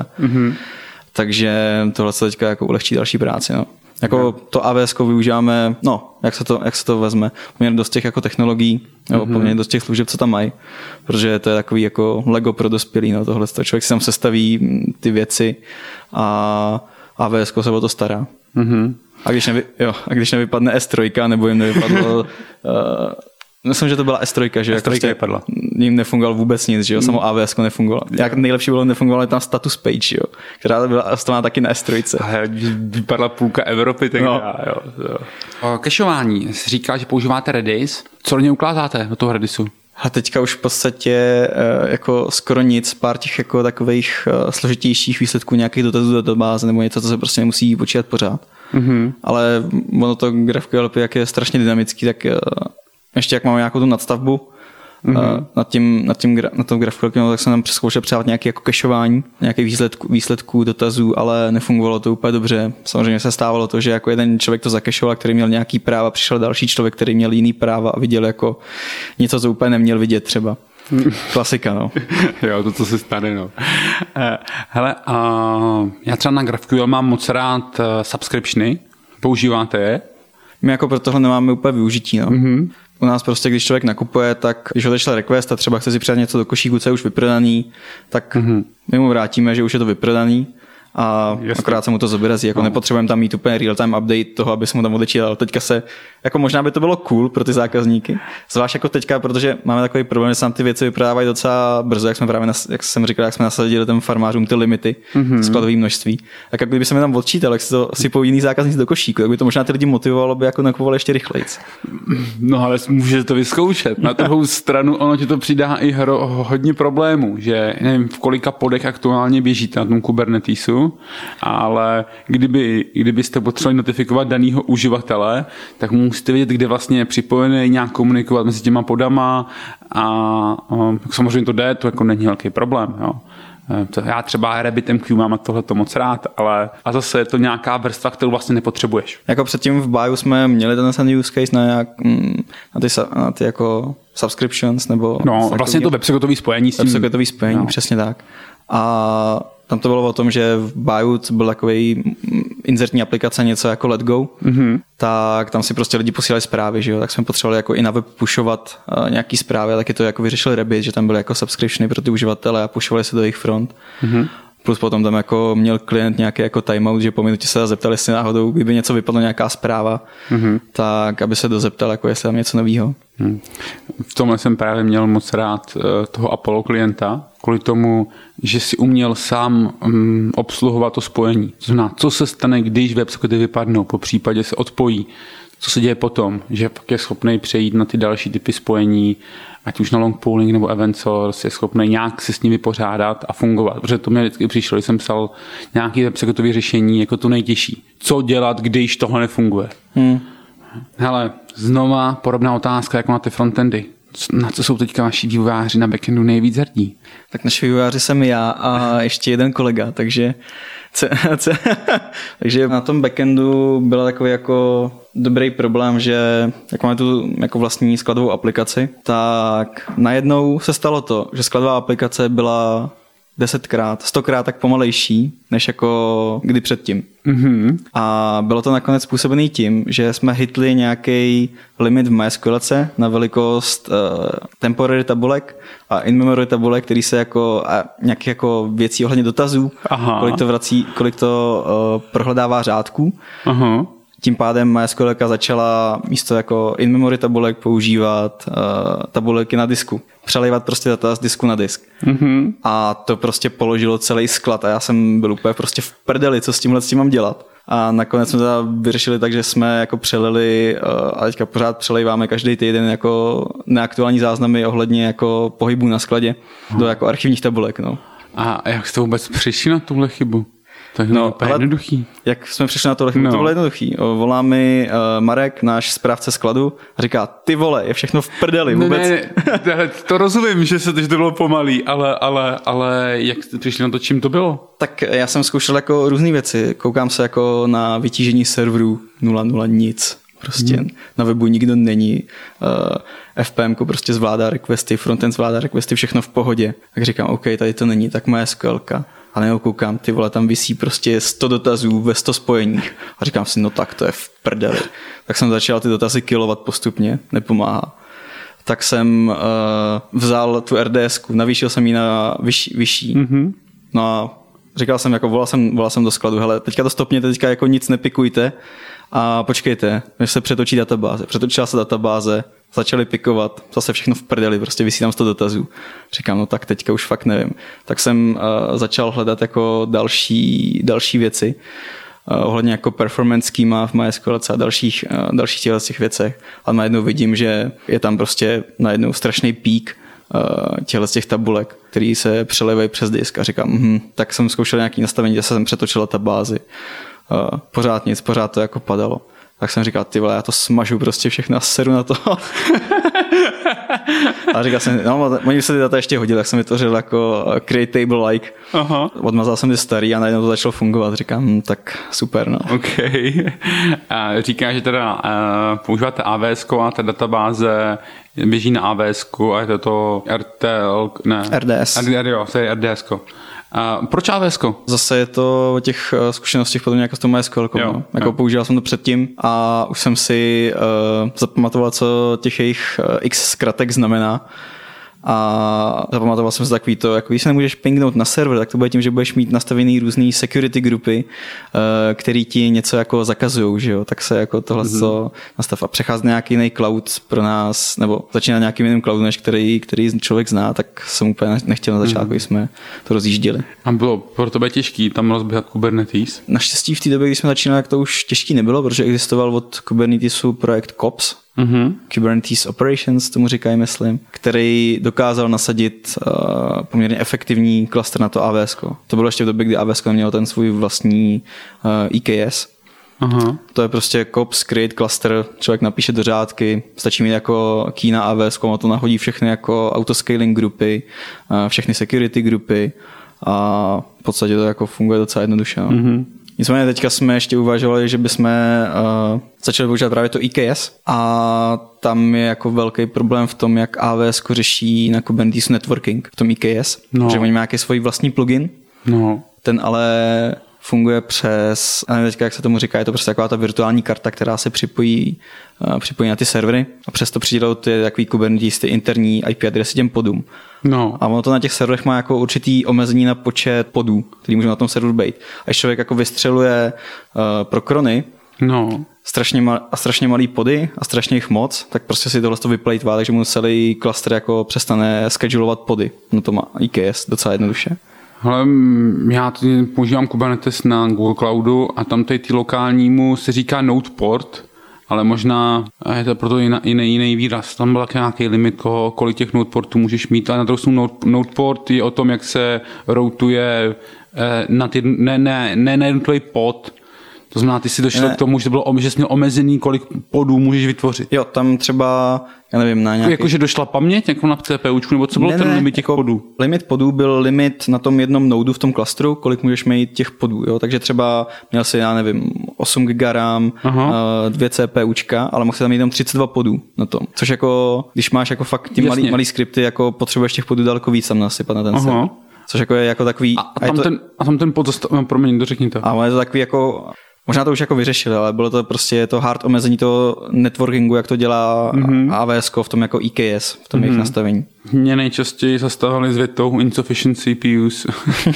Takže tohle se teďka jako ulehčí další práci. No. Jako to AWS využíváme, jak se to vezme, poměrně dost těch jako technologií, nebo poměrně dost těch služeb, co tam mají, protože to je takový jako Lego pro dospělý, no tohle. Člověk si tam sestaví ty věci a AWS se o to stará. A když nevypadne S3, nebo jim nevypadlo... myslím, že to byla S3, že jako prostě jim nefungoval vůbec nic, že jo, samo AWS nefungovalo. Jak nejlepší bylo, nefungovalo tam status page, jo, která byla stavěna taky na S3. Ale vypadla půlka Evropy, tak jo. Cacheování, jsi říkal, že používáte Redis. Co do něj ukládáte do toho Redisu? A teďka už v podstatě jako skoro nic, pár těch jako takových složitějších výsledků, nějakých dotazů do databáze nebo něco, co se prostě nemusí počítat pořád. Ale ono to GraphQL, jak je strašně dynamický, tak ještě jak máme nějakou tu nadstavbu na tom GraphQL, tak jsem tam zkoušel přidávat nějaké jako cacheování, nějaké výsledků, dotazů, ale nefungovalo to úplně dobře. Samozřejmě se stávalo to, že jako jeden člověk to zacacheoval, který měl nějaký práva, přišel další člověk, který měl jiný práva a viděl jako něco, co úplně neměl vidět třeba. Klasika, no. Jo, to, co se stane, no. Hele, já třeba na GraphQL mám moc rád subscriptiony. Používáte je? My jako pro tohle nemáme úplně využití, no. U nás prostě, když člověk nakupuje, tak když odešle request a třeba chce si přidat něco do košíku, co je už vyprodaný, tak my mu vrátíme, že už je to vyprodaný a akorát se mu to zobrazí. Jako nepotřebujeme tam mít úplně real-time update toho, aby se mu tam odečítal. Teďka se, jako možná by to bylo cool pro ty zákazníky. Zvlášť jako teďka, protože máme takový problém, že se nám ty věci vyprodávají docela brzo, jak jsme právě, jak jsem říkal, jak jsme nasadili těm farmářům ty limity, skladové množství. Tak jako kdyby se mi tam odčítal, jak se to sypou jiný zákazníci do košíku, tak by to možná ty lidi motivovalo, aby jako nakupovali ještě rychleji. No ale můžete to vyzkoušet. Na druhou stranu ono ti to přidá i hodně problémů, že nevím, v kolika podech aktuálně běžíte na tom Kubernetesu, ale kdybyste potřebovali notifikovat daného uživatele, tak musíte vědět, kde vlastně je připojený, nějak komunikovat mezi těma podama a samozřejmě to jde, to jako není velký problém. Jo. Já třeba RabbitMQ mám a tohle to moc rád, ale a zase je to nějaká vrstva, kterou vlastně nepotřebuješ. Jako předtím v Bio jsme měli ten use case na ty jako subscriptions nebo... No, vlastně to websocketový spojení. Websocketový spojení, přesně tak. A tam to bylo o tom, že v Bio byl takový inzertní aplikace, něco jako Letgo, tak tam si prostě lidi posílali zprávy, že jo? Tak jsme potřebovali jako i na web pushovat nějaký zprávy, a taky to jako vyřešil Rabbit, že tam byly jako subscriptiony pro ty uživatele a pushovali se do jejich front. Plus potom tam jako měl klient nějaký jako timeout, že po minutě se zeptal, jestli náhodou, kdyby něco vypadlo, nějaká zpráva, tak aby se dozeptal, jako jestli tam něco novýho. V tomhle jsem právě měl moc rád toho Apollo klienta, kvůli tomu, že si uměl sám obsluhovat to spojení. To znamená, co se stane, když websockety vypadnou, po případě se odpojí, co se děje potom, že pak je schopný přejít na ty další typy spojení, ať už na long polling nebo event source, je schopný nějak se s nimi vypořádat a fungovat. Protože to mě vždycky přišlo, když jsem psal nějaký websocketové řešení jako to nejtěžší. Co dělat, když tohle nefunguje? Hele, znova podobná otázka jako na ty frontendy. Na co jsou teďka vaši vývojáři na backendu nejvíc hrdí? Tak naši vývojáři jsem já a ještě jeden kolega, takže na tom backendu byl takový jako dobrý problém, že jak máme tu jako vlastní skladovou aplikaci, tak najednou se stalo to, že skladová aplikace byla 10krát, 100krát tak pomalejší, než jako kdy předtím. A bylo to nakonec způsobený tím, že jsme hitli nějaký limit v MySQLce na velikost temporary tabulek a in-memory tabulek, který se jako a nějakých jako věcí ohledně dotazů, kolik to prohledává řádků. Tím pádem MySQLka začala místo jako in-memory tabulek používat tabulky na disku. Přelévat prostě data z disku na disk. A to prostě položilo celý sklad a já jsem byl úplně prostě v prdeli, co s tím mám dělat. A nakonec jsme to vyřešili tak, že jsme jako přelili a teďka pořád přelejváme každý týden jako neaktuální záznamy ohledně jako pohybů na skladě do jako archivních tabulek. No. A jak jste vůbec přišli na tuhle chybu? To je jednoduchý. Jak jsme přišli na tohle chybu, to bylo jednoduchý. Volá mi Marek, náš správce skladu, a říká, ty vole, je všechno v prdeli vůbec. Ne, to rozumím, že to bylo pomalý, ale jak jste přišli na to, čím to bylo? Tak já jsem zkoušel jako různé věci. Koukám se jako na vytížení serverů 0.0 nic. Prostě na webu nikdo není. FPM prostě zvládá requesty, frontend zvládá requesty, všechno v pohodě. Tak říkám, OK, tady to není, tak moje SQLka. A nebo koukám, ty vole, tam visí prostě 100 dotazů ve 100 spojeních. A říkám si, no tak to je v prdeli. Tak jsem začal ty dotazy killovat postupně, nepomáhá. Tak jsem vzal tu RDSku, navýšil jsem ji na vyšší. No a říkal jsem, jako volal jsem do skladu, hele, teďka to stopněte, teďka jako nic nepikujte a počkejte, než se přetočí databáze. Přetočila se databáze, začali pikovat, zase všechno v prdeli, prostě visí tam 100 dotazů. Říkám, no tak teďka už fakt nevím. Tak jsem začal hledat jako další věci ohledně jako performance schema v MySQL a dalších těch věcech. A najednou vidím, že je tam prostě najednou strašný pík těch tabulek, který se přelevají přes disk a říkám, tak jsem zkoušel nějaký nastavení, zase jsem přetočil databázi. Pořád to jako padalo. Tak jsem říkal, ty vole, já to smažu prostě všechno a seru na to. A říkal jsem, no, oni se ty data ještě hodili, tak jsem vytvořil jako create table like. Odmazal jsem ty starý a najednou to začalo fungovat. Říkám, tak super, no. OK. A říká, že teda používáte AWS a ta databáze běží na AWS a je to RTL, ne. RDS. RDS. Proč AWS? Zase je to o těch zkušenostích potom nějak s tom MySQL. No. Jako používal jsem to předtím a už jsem si zapamatoval, co těch jejich x zkratek znamená. A zapamatoval jsem si takový to, jako když se nemůžeš pingnout na server, tak to bude tím, že budeš mít nastavený různý security grupy, který ti něco jako zakazujou, že jo, tak se jako tohle co nastav a přechází nějaký jiný cloud pro nás, nebo začíná nějakým jiným cloud, než který člověk zná, tak jsem úplně nechtěl na začátku, když jsme to rozjížděli. A bylo pro tebe těžký tam rozběhat Kubernetes? Naštěstí v té době, když jsme začínali, tak to už těžký nebylo, protože existoval od Kubernetesu projekt COPS, Kubernetes Operations, tomu říkají, myslím, který dokázal nasadit poměrně efektivní klaster na to AWS. To bylo ještě v době, kdy AWS neměl ten svůj vlastní EKS. To je prostě COPS, create cluster, člověk napíše do řádky, stačí mít jako key na AWS, a to nahodí všechny jako autoscaling grupy, všechny security grupy a v podstatě to jako funguje docela jednoduše. No. Mm-hmm. Nicméně teďka jsme ještě uvažovali, že bychom začali používat právě to EKS a tam je jako velký problém v tom, jak AWS řeší na Kubernetes networking v tom EKS, že oni mají nějaký svůj vlastní plugin, ten ale funguje přes, a nevím teďka, jak se tomu říká, je to prostě taková ta virtuální karta, která se připojí na ty servery a přesto přidělou ty takový Kubernetes, ty interní IP adresy těm podům. No. A ono to na těch serverech má jako určitý omezení na počet podů, který může na tom serveru být. A když člověk jako vystřeluje pro krony, strašně malý pody a strašně jich moc, tak prostě si tohle to vyplejtvá, takže mu celý cluster jako přestane schedulovat pody. No to má EKS docela jednoduše. Hele, já používám Kubernetes na Google Cloudu a tam tady lokálnímu se říká node port, ale možná je to proto jiný výraz. Tam byl taky nějaký limit toho, kolik těch node portů můžeš mít, ale na druhou stranu node port je o tom, jak se routuje na ty, ne jednotlivý pod. To znamená, ty si došel k tomu, že jsi měl omezený, kolik podů můžeš vytvořit. Jo, tam třeba, já nevím, na nějaký... Jakože došla paměť, jako na CPUčku, nebo co bylo ten limit těch podů? Limit podů byl limit na tom jednom nodu v tom klastru, kolik můžeš mít těch podů, jo. Takže třeba měl si, já nevím, 8 GB RAM, 2 CPUčka, ale mohl si tam mít jenom 32 podů na tom. Což jako, když máš jako fakt ty malý skripty, jako potřebuješ těch podů daleko víc tam nasypat na ten server. Což jako je jako takový... A tam ten pod promiň, dořekni to. A je to takový jako... Možná to už jako vyřešili, ale bylo to prostě to hard omezení toho networkingu, jak to dělá AWS v tom jako EKS, v tom jejich nastavení. Mě nejčastěji zastavili s větou insufficient CPUs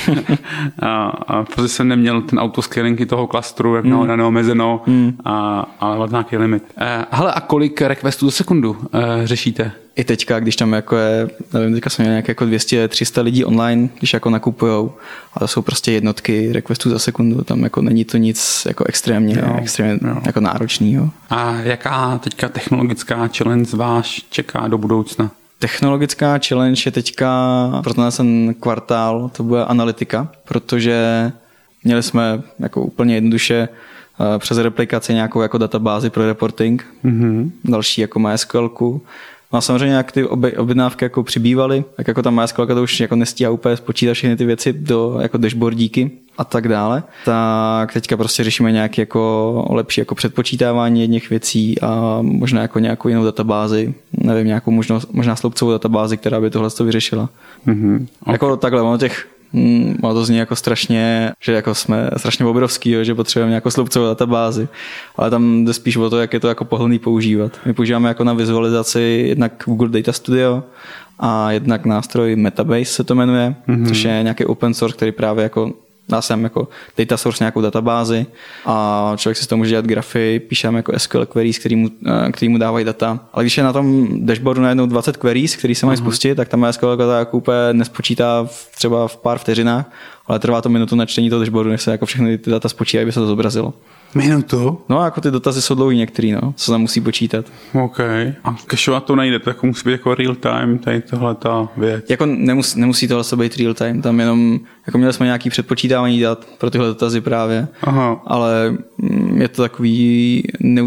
a protože jsem neměl ten autoscaling toho klastru, jak na neomezeno a nějaký limit. Hele, a kolik requestů za sekundu řešíte? I teďka, když tam jako je, nevím, teďka jsem měl nějak jako 200-300 lidí online, když jako nakupujou, a to jsou prostě jednotky requestů za sekundu, tam jako není to nic jako extrémně jako náročného. A jaká teďka technologická challenge vás čeká do budoucna? Technologická challenge je teďka pro ten kvartál, to bude analytika, protože měli jsme jako úplně jednoduše přes replikaci nějakou jako databázi pro reporting, další jako MySQLku. No a samozřejmě jak ty objednávky jako přibývaly, tak jako ta MySQL to už jako nestíhá úplně spočítat všechny ty věci do jako dashboardíky a tak dále. Tak teďka prostě řešíme nějaké jako lepší jako předpočítávání jedných věcí a možná jako nějakou jinou databázi, nevím, nějakou možná sloupcovou databázi, která by tohle vyřešila. Okay. Jako takhle, ono to zní jako strašně, že jako jsme strašně obrovský, že potřebujeme nějakou sloupcovou databázi, ale tam jde spíš o to, jak je to jako pohodlný používat. My používáme jako na vizualizaci jednak Google Data Studio a jednak nástroj Metabase se to jmenuje, což je nějaký open source, který právě jako dá sem jako data source nějakou databázi a člověk si z toho může dělat grafy, píšeme jako SQL queries, který mu dávají data. Ale když je na tom dashboardu najednou 20 queries, který se mají spustit, tak tam SQL to jako úplně nespočítá třeba v pár vteřinách, ale trvá to minutu na čtení toho dashboardu, než se jako všechny ty data spočítají, aby se to zobrazilo. Minutu? No, jako ty dotazy jsou dlouhý některý, co tam musí počítat. OK. A cashovat to nejde, tak musí být jako real time, tady tohleta věc. Jako nemusí tohle být real time, tam jenom, jako měli jsme nějaký předpočítávání dat pro tyhle dotazy právě, ale je to takový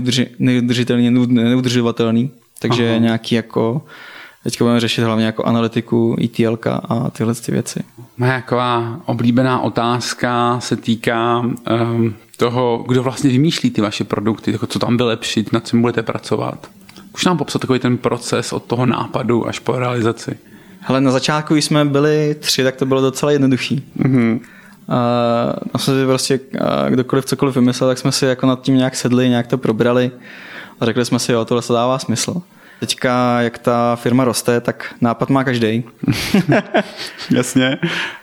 neudržitelný, takže nějaký jako, teďka budeme řešit hlavně jako analytiku, ETLka a tyhle ty věci. Moje taková oblíbená otázka se týká toho, kdo vlastně vymýšlí ty vaše produkty, jako co tam vylepšit, nad čím budete pracovat. Už nám popsat takový ten proces od toho nápadu až po realizaci. Hele, na začátku, když jsme byli 3, tak to bylo docela jednoduchý. A jsme si prostě, kdokoliv cokoliv vymyslel, tak jsme si jako nad tím nějak sedli, nějak to probrali a řekli jsme si, jo, tohle se dává smysl. Teďka, jak ta firma roste, tak nápad má každý. Jasně.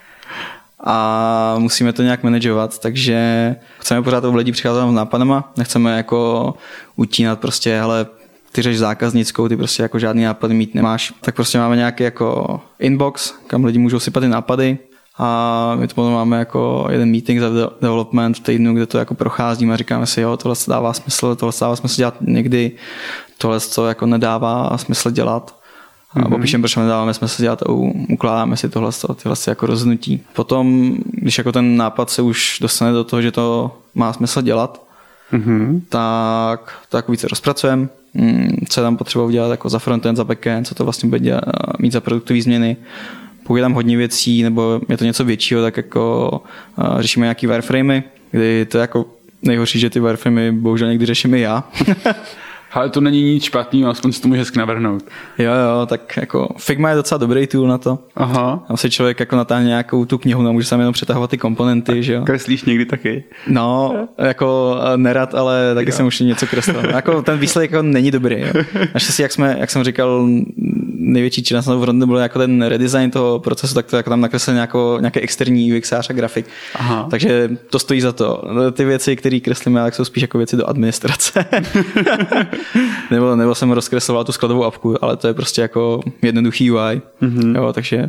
A musíme to nějak manažovat, takže chceme pořád od lidí přicházet s nápadama, nechceme jako utínat prostě, hele, ty řeš zákaznickou, ty prostě jako žádný nápad mít nemáš. Tak prostě máme nějaký jako inbox, kam lidi můžou sypat ty nápady a my to potom máme jako jeden meeting za development v týdnu, kde to jako procházíme a říkáme si, jo, tohle se dává smysl dělat někdy, tohle co jako nedává smysl dělat. A popíšeme, proč nedáváme smysl dělat a ukládáme si tyhle jako rozhodnutí. Potom, když jako ten nápad se už dostane do toho, že to má smysl dělat, tak to jako více rozpracujeme, co je tam potřeba udělat jako za frontend, za backend, co to vlastně bude mít za produktové změny. Pokud je tam hodně věcí, nebo je to něco většího, tak jako řešíme nějaký wireframey, kdy to je jako nejhorší, že ty wireframey bohužel někdy řeším i já. Ale to není nic špatného, aspoň si to může hezky navrhnout. Jo, tak jako Figma je docela dobrý tool na to. Aha. Tam si člověk jako natáhne nějakou tu knihu, no, může tam jenom přetahovat ty komponenty, že jo. Kreslíš někdy taky? No, jako nerad, ale taky jsem už něco kreslil. Jako ten výsledek jako není dobrý. Jo. Naštěstí, jak jsem říkal, největší činnost na frontu byl jako ten redesign toho procesu, tak to jako tam nakreslil nějaký externí UXář a grafik. Aha. Takže to stojí za to. Ty věci, které kreslíme, tak jsou spíš jako věci do administrace. nebo jsem rozkresloval tu skladovou apku, ale to je prostě jako jednoduchý UI. Mm-hmm. Jo, takže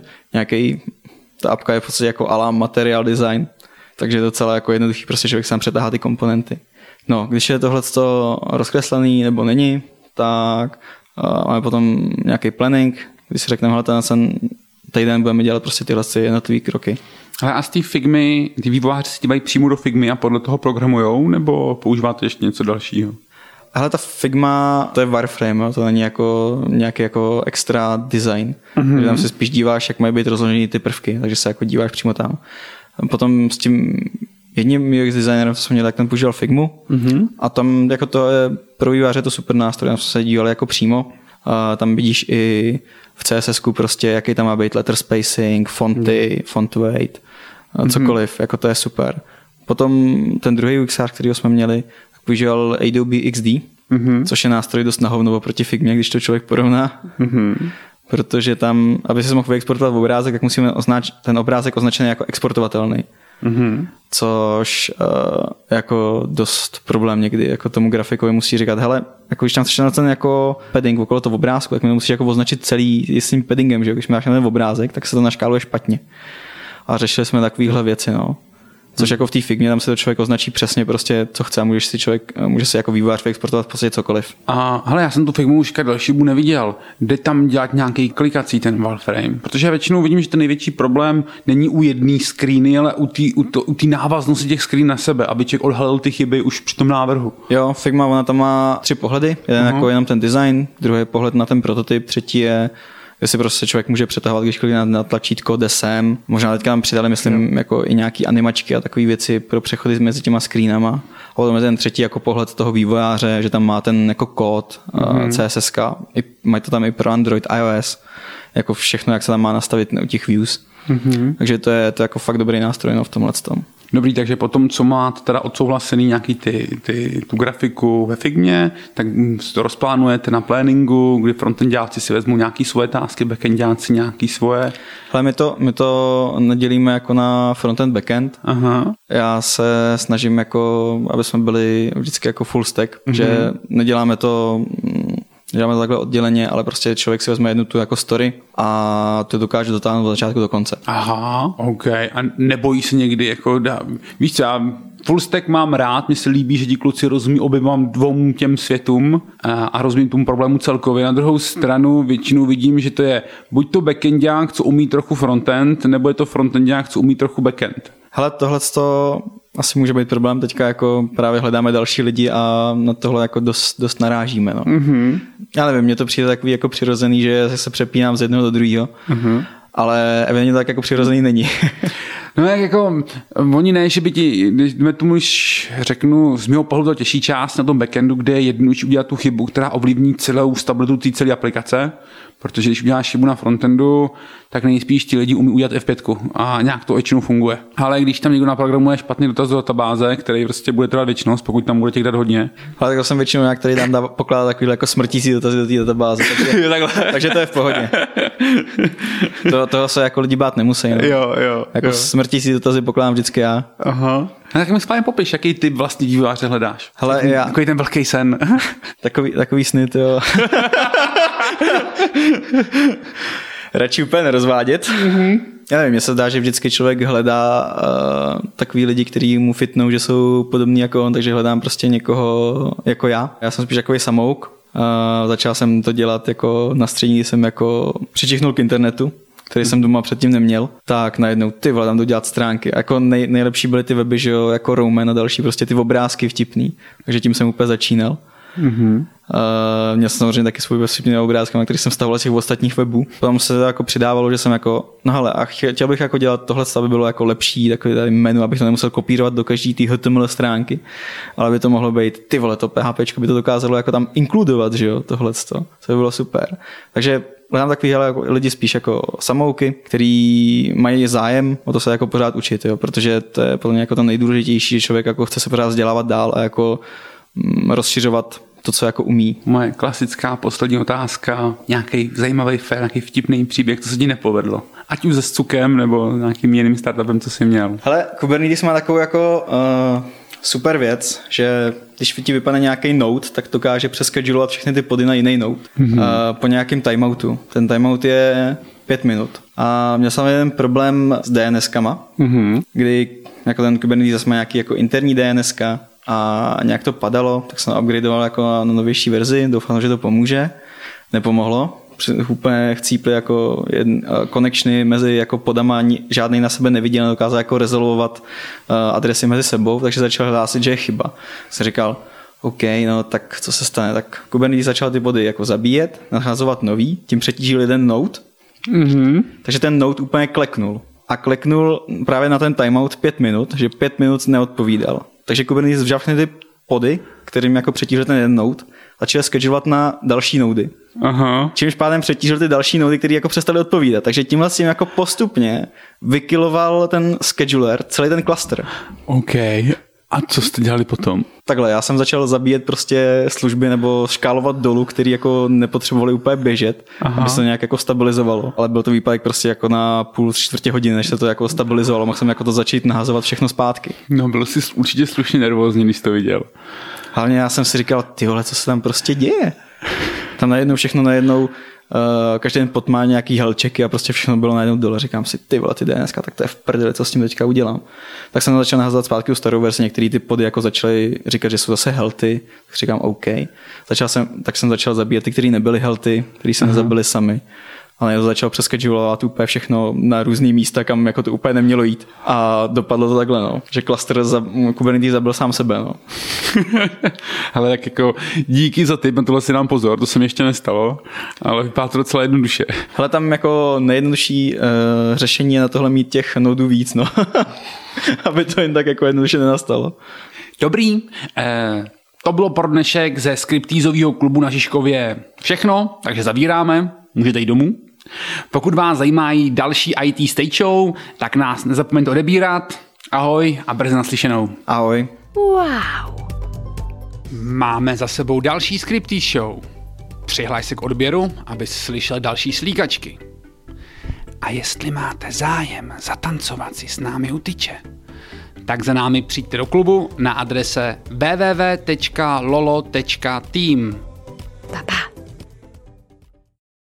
ta apka je v podstatě jako ala material design, takže je to celé jako jednoduchý, prostě člověk sám přetáhá ty komponenty. No, když je tohleto rozkreslený nebo není, tak máme potom nějaký planning, když si řekneme, hele, ten týden budeme dělat prostě tyhle jednotlivé kroky. Ale a z té Figmy, ty vývojáři se dívají přímo do Figmy a podle toho programujou, nebo používáte ještě něco dalšího? Hele, ta Figma, to je wireframe, jo? To není jako nějaký jako extra design. Mm-hmm. Tam se spíš díváš, jak mají být rozložený ty prvky, takže se jako díváš přímo tam. Potom s tím jedním UX designerem, co jsme měli, tak ten používal Figmu a tam jako to je pro vývojáře to super nástroj, tam jsme se dívali jako přímo. A tam vidíš i v CSS-ku prostě, jaký tam má být letter spacing, fonty, font weight, cokoliv, jako to je super. Potom ten druhý UXář, kterýho jsme měli, používal Adobe XD, což je nástroj dost na hovno proti Figmě, když to člověk porovná. Protože tam, aby si mohl vyexportovat obrázek, tak musíme ten obrázek označený jako exportovatelný. Což jako dost problém někdy, jako tomu grafikovi musí říkat, hele, jako když tam chceš na ten jako padding okolo toho obrázku, tak mi musíš jako označit celý s tím paddingem, že když máš na ten obrázek, tak se to naškáluje špatně. A řešili jsme takovéhle věci, no. Což jako v té Figmě, tam se to člověk označí přesně prostě, co chce a může si jako vývojář vyexportovat v podstatě cokoliv. A hele, já jsem tu Figmu už dalšímu neviděl. Jde tam dělat nějaký klikací ten wireframe? Protože většinou vidím, že ten největší problém není u jedné screeny, ale u té návaznosti těch screen na sebe, aby člověk odhalil ty chyby už při tom návrhu. Jo, Figma, ona tam má 3 pohledy. Jeden jako jenom ten design, druhý pohled na ten prototyp, třetí je jestli prostě člověk může přetahovat, když klikne na tlačítko desem. Možná teďka nám přidali, myslím, jako i nějaký animačky a takové věci pro přechody mezi těma screenama. A potom je ten třetí jako pohled toho vývojáře, že tam má ten jako kód CSS, mají to tam i pro Android, iOS, jako všechno, jak se tam má nastavit u těch views. Takže to je jako fakt dobrý nástroj v tomhle tom. Dobrý, takže potom, co máte teda odsouhlasený nějaký tu grafiku ve Figmě, tak si to rozplánujete na planningu, kdy frontendáci si vezmou nějaký svoje tásky, backendáci nějaký svoje. Ale my to nedělíme jako na frontend, backend. Aha. Já se snažím jako, aby jsme byli vždycky jako full stack, že neděláme to takhle odděleně, ale prostě člověk si vezme jednu tu jako story a to dokáže dotáhnout od začátku do konce. Aha, ok. A nebojí se někdy jako, víš co, já full stack mám rád, mně se líbí, že ti kluci rozumí oběma dvou těm světům a rozumím tomu problému celkově. Na druhou stranu většinou vidím, že to je buď to backendák, co umí trochu frontend, nebo je to frontendák, co umí trochu backend. Hele, tohleto asi může být problém, teďka jako právě hledáme další lidi a na tohle jako dost narážíme. No. Já nevím, mně to přijde takový jako přirozený, že se přepínám z jednoho do druhého, ale evidentně to tak jako přirozený není. No jak jako, oni ne, že by ti, když tomu řeknu, z mého pohledu to těžší část na tom backendu, kde je jednodušší udělat tu chybu, která ovlivní celou stabilitu té celé aplikace, protože když uděláš chybu na frontendu, tak nejspíš ti lidi umí udělat F5 a nějak to většinou funguje. Ale když tam někdo naprogramuje špatný dotaz do databáze, který prostě bude trvat věčnost, pokud tam bude těch dat hodně. Ale tak jsem většinou nějak tady tam pokládá takový jako smrtící dotazy do té databáze, takže to je v pohodě. Toho se jako lidi bát nemusí. No. Jo. Jako smrtící dotazy pokládám vždycky já. Aha. A tak mi schválně popiš, jaký ty vlastní vývojáře hledáš. Hele, takový ten velký sen. Takový sny, jo. Radši úplně nerozvádět. Já nevím, mně se zdá, že vždycky člověk hledá takový lidi, kteří mu fitnou, že jsou podobní jako on, takže hledám prostě někoho jako já. Já jsem spíš takový samouk. Začal jsem to dělat jako na střední, jsem jako přičichnul k internetu, který jsem doma předtím neměl, tak najednou ty vole, tam jdu dělat stránky. Jako nejlepší byly ty weby, že jo, jako Roman a další, prostě ty obrázky vtipný. Takže tím jsem úplně začínal. Měl jsem samozřejmě taky svůj web s vtipnými obrázky, na který jsem stavoval těch ostatních webů. Potom se to jako přidávalo, že jsem jako, no hele, a chtěl bych jako dělat tohle, aby bylo jako lepší, takový tady menu, abych to nemusel kopírovat do každý té HTML stránky, ale by to mohlo být, ty vole, to PHPčko by to dokázalo jako tam inkludovat, že jo, tohleto. To by bylo super. Takže hledám takový jako lidi spíš jako samouky, který mají zájem o to se jako pořád učit, jo, protože to je pro mě jako to nejdůležitější, že člověk jako chce se pořád vzdělávat dál a jako rozšiřovat to, co jako umí. Moje klasická poslední otázka, nějaký zajímavý fail, nějaký vtipný příběh, co se ti nepovedlo. Ať už se Scukem nebo nějakým jiným startupem, co jsi měl. Hele, Kubernetes má takovou jako super věc, že když ti vypadne nějaký node, tak dokáže přeskedulovat všechny ty pody na jiný node po nějakém timeoutu. Ten timeout je 5 minut. A měl jsem jeden problém s DNSkama, kdy jako ten Kubernetes zase má nějaký jako interní DNSka a nějak to padalo, tak jsem upgradeoval jako na novější verzi, doufám, že to pomůže. Nepomohlo. Úplně chcípli jako connectiony mezi jako podama, žádný na sebe neviděl, nedokázal jako rezolvovat adresy mezi sebou, takže začal hlásit, že je chyba. Jsem říkal, OK, no tak co se stane? Tak Kubernetes začal ty body jako zabíjet, nacházovat nový, tím přetížil jeden node, takže ten node úplně kleknul. A kleknul právě na ten timeout 5 minut, že 5 minut neodpovídal. Takže Kubernetes vzal všechny ty pody, kterým jako přetížil ten jeden node, začal schedulovat na další nody. Aha. Čímž pádem přetížil ty další nody, které jako přestali odpovídat. Takže tímhle s tím jako postupně vykiloval ten scheduler celý ten cluster. OK. A co jste dělali potom? Takhle, já jsem začal zabíjet prostě služby nebo škálovat dolů, které jako nepotřebovali úplně běžet, aby se to nějak jako stabilizovalo. Ale byl to výpadek prostě jako na půl, čtvrtě hodiny, než se to jako stabilizovalo. Mohl jsem jako to začít nahazovat všechno zpátky. No, byl jsi určitě slušně nervózní, když to viděl. Hlavně já jsem si říkal, ty vole, co se tam prostě děje? Tam najednou všechno každý den pod má nějaký helčeky a prostě všechno bylo najednou dole. Říkám si, ty vole, ty DNSka, tak to je v prdeli, co s tím teďka udělám. Tak jsem začal nahazovat zpátky u starou verzi, některé ty pody jako začaly říkat, že jsou zase healthy, tak říkám OK. Tak jsem začal zabíjet ty, které nebyly healthy, který se nezabili sami. Ale to začal přeskedulovat úplně všechno na různý místa, kam jako to úplně nemělo jít. A dopadlo to takhle, no. Že cluster Kubernetes zabil sám sebe, no. Ale tak jako díky za tip, na tohle si dám pozor, to se mi ještě nestalo, ale vypadá to docela jednoduše. Ale tam jako nejjednodušší řešení je na tohle mít těch nodů víc, no. Aby to jen tak jako jednoduše nenastalo. Dobrý, to bylo pro dnešek ze Skriptýzového klubu na Žižkově všechno, takže zavíráme, můžete jít domů. Pokud vás zajímají další IT Stage Show, tak nás nezapomeňte odebírat. Ahoj a brzy naslyšenou. Ahoj. Wow. Máme za sebou další Skriptýz Show. Přihlaš se k odběru, abys slyšel další slíkačky. A jestli máte zájem zatancovat si s námi u tyče, tak za námi přijďte do klubu na adrese www.lolo.team.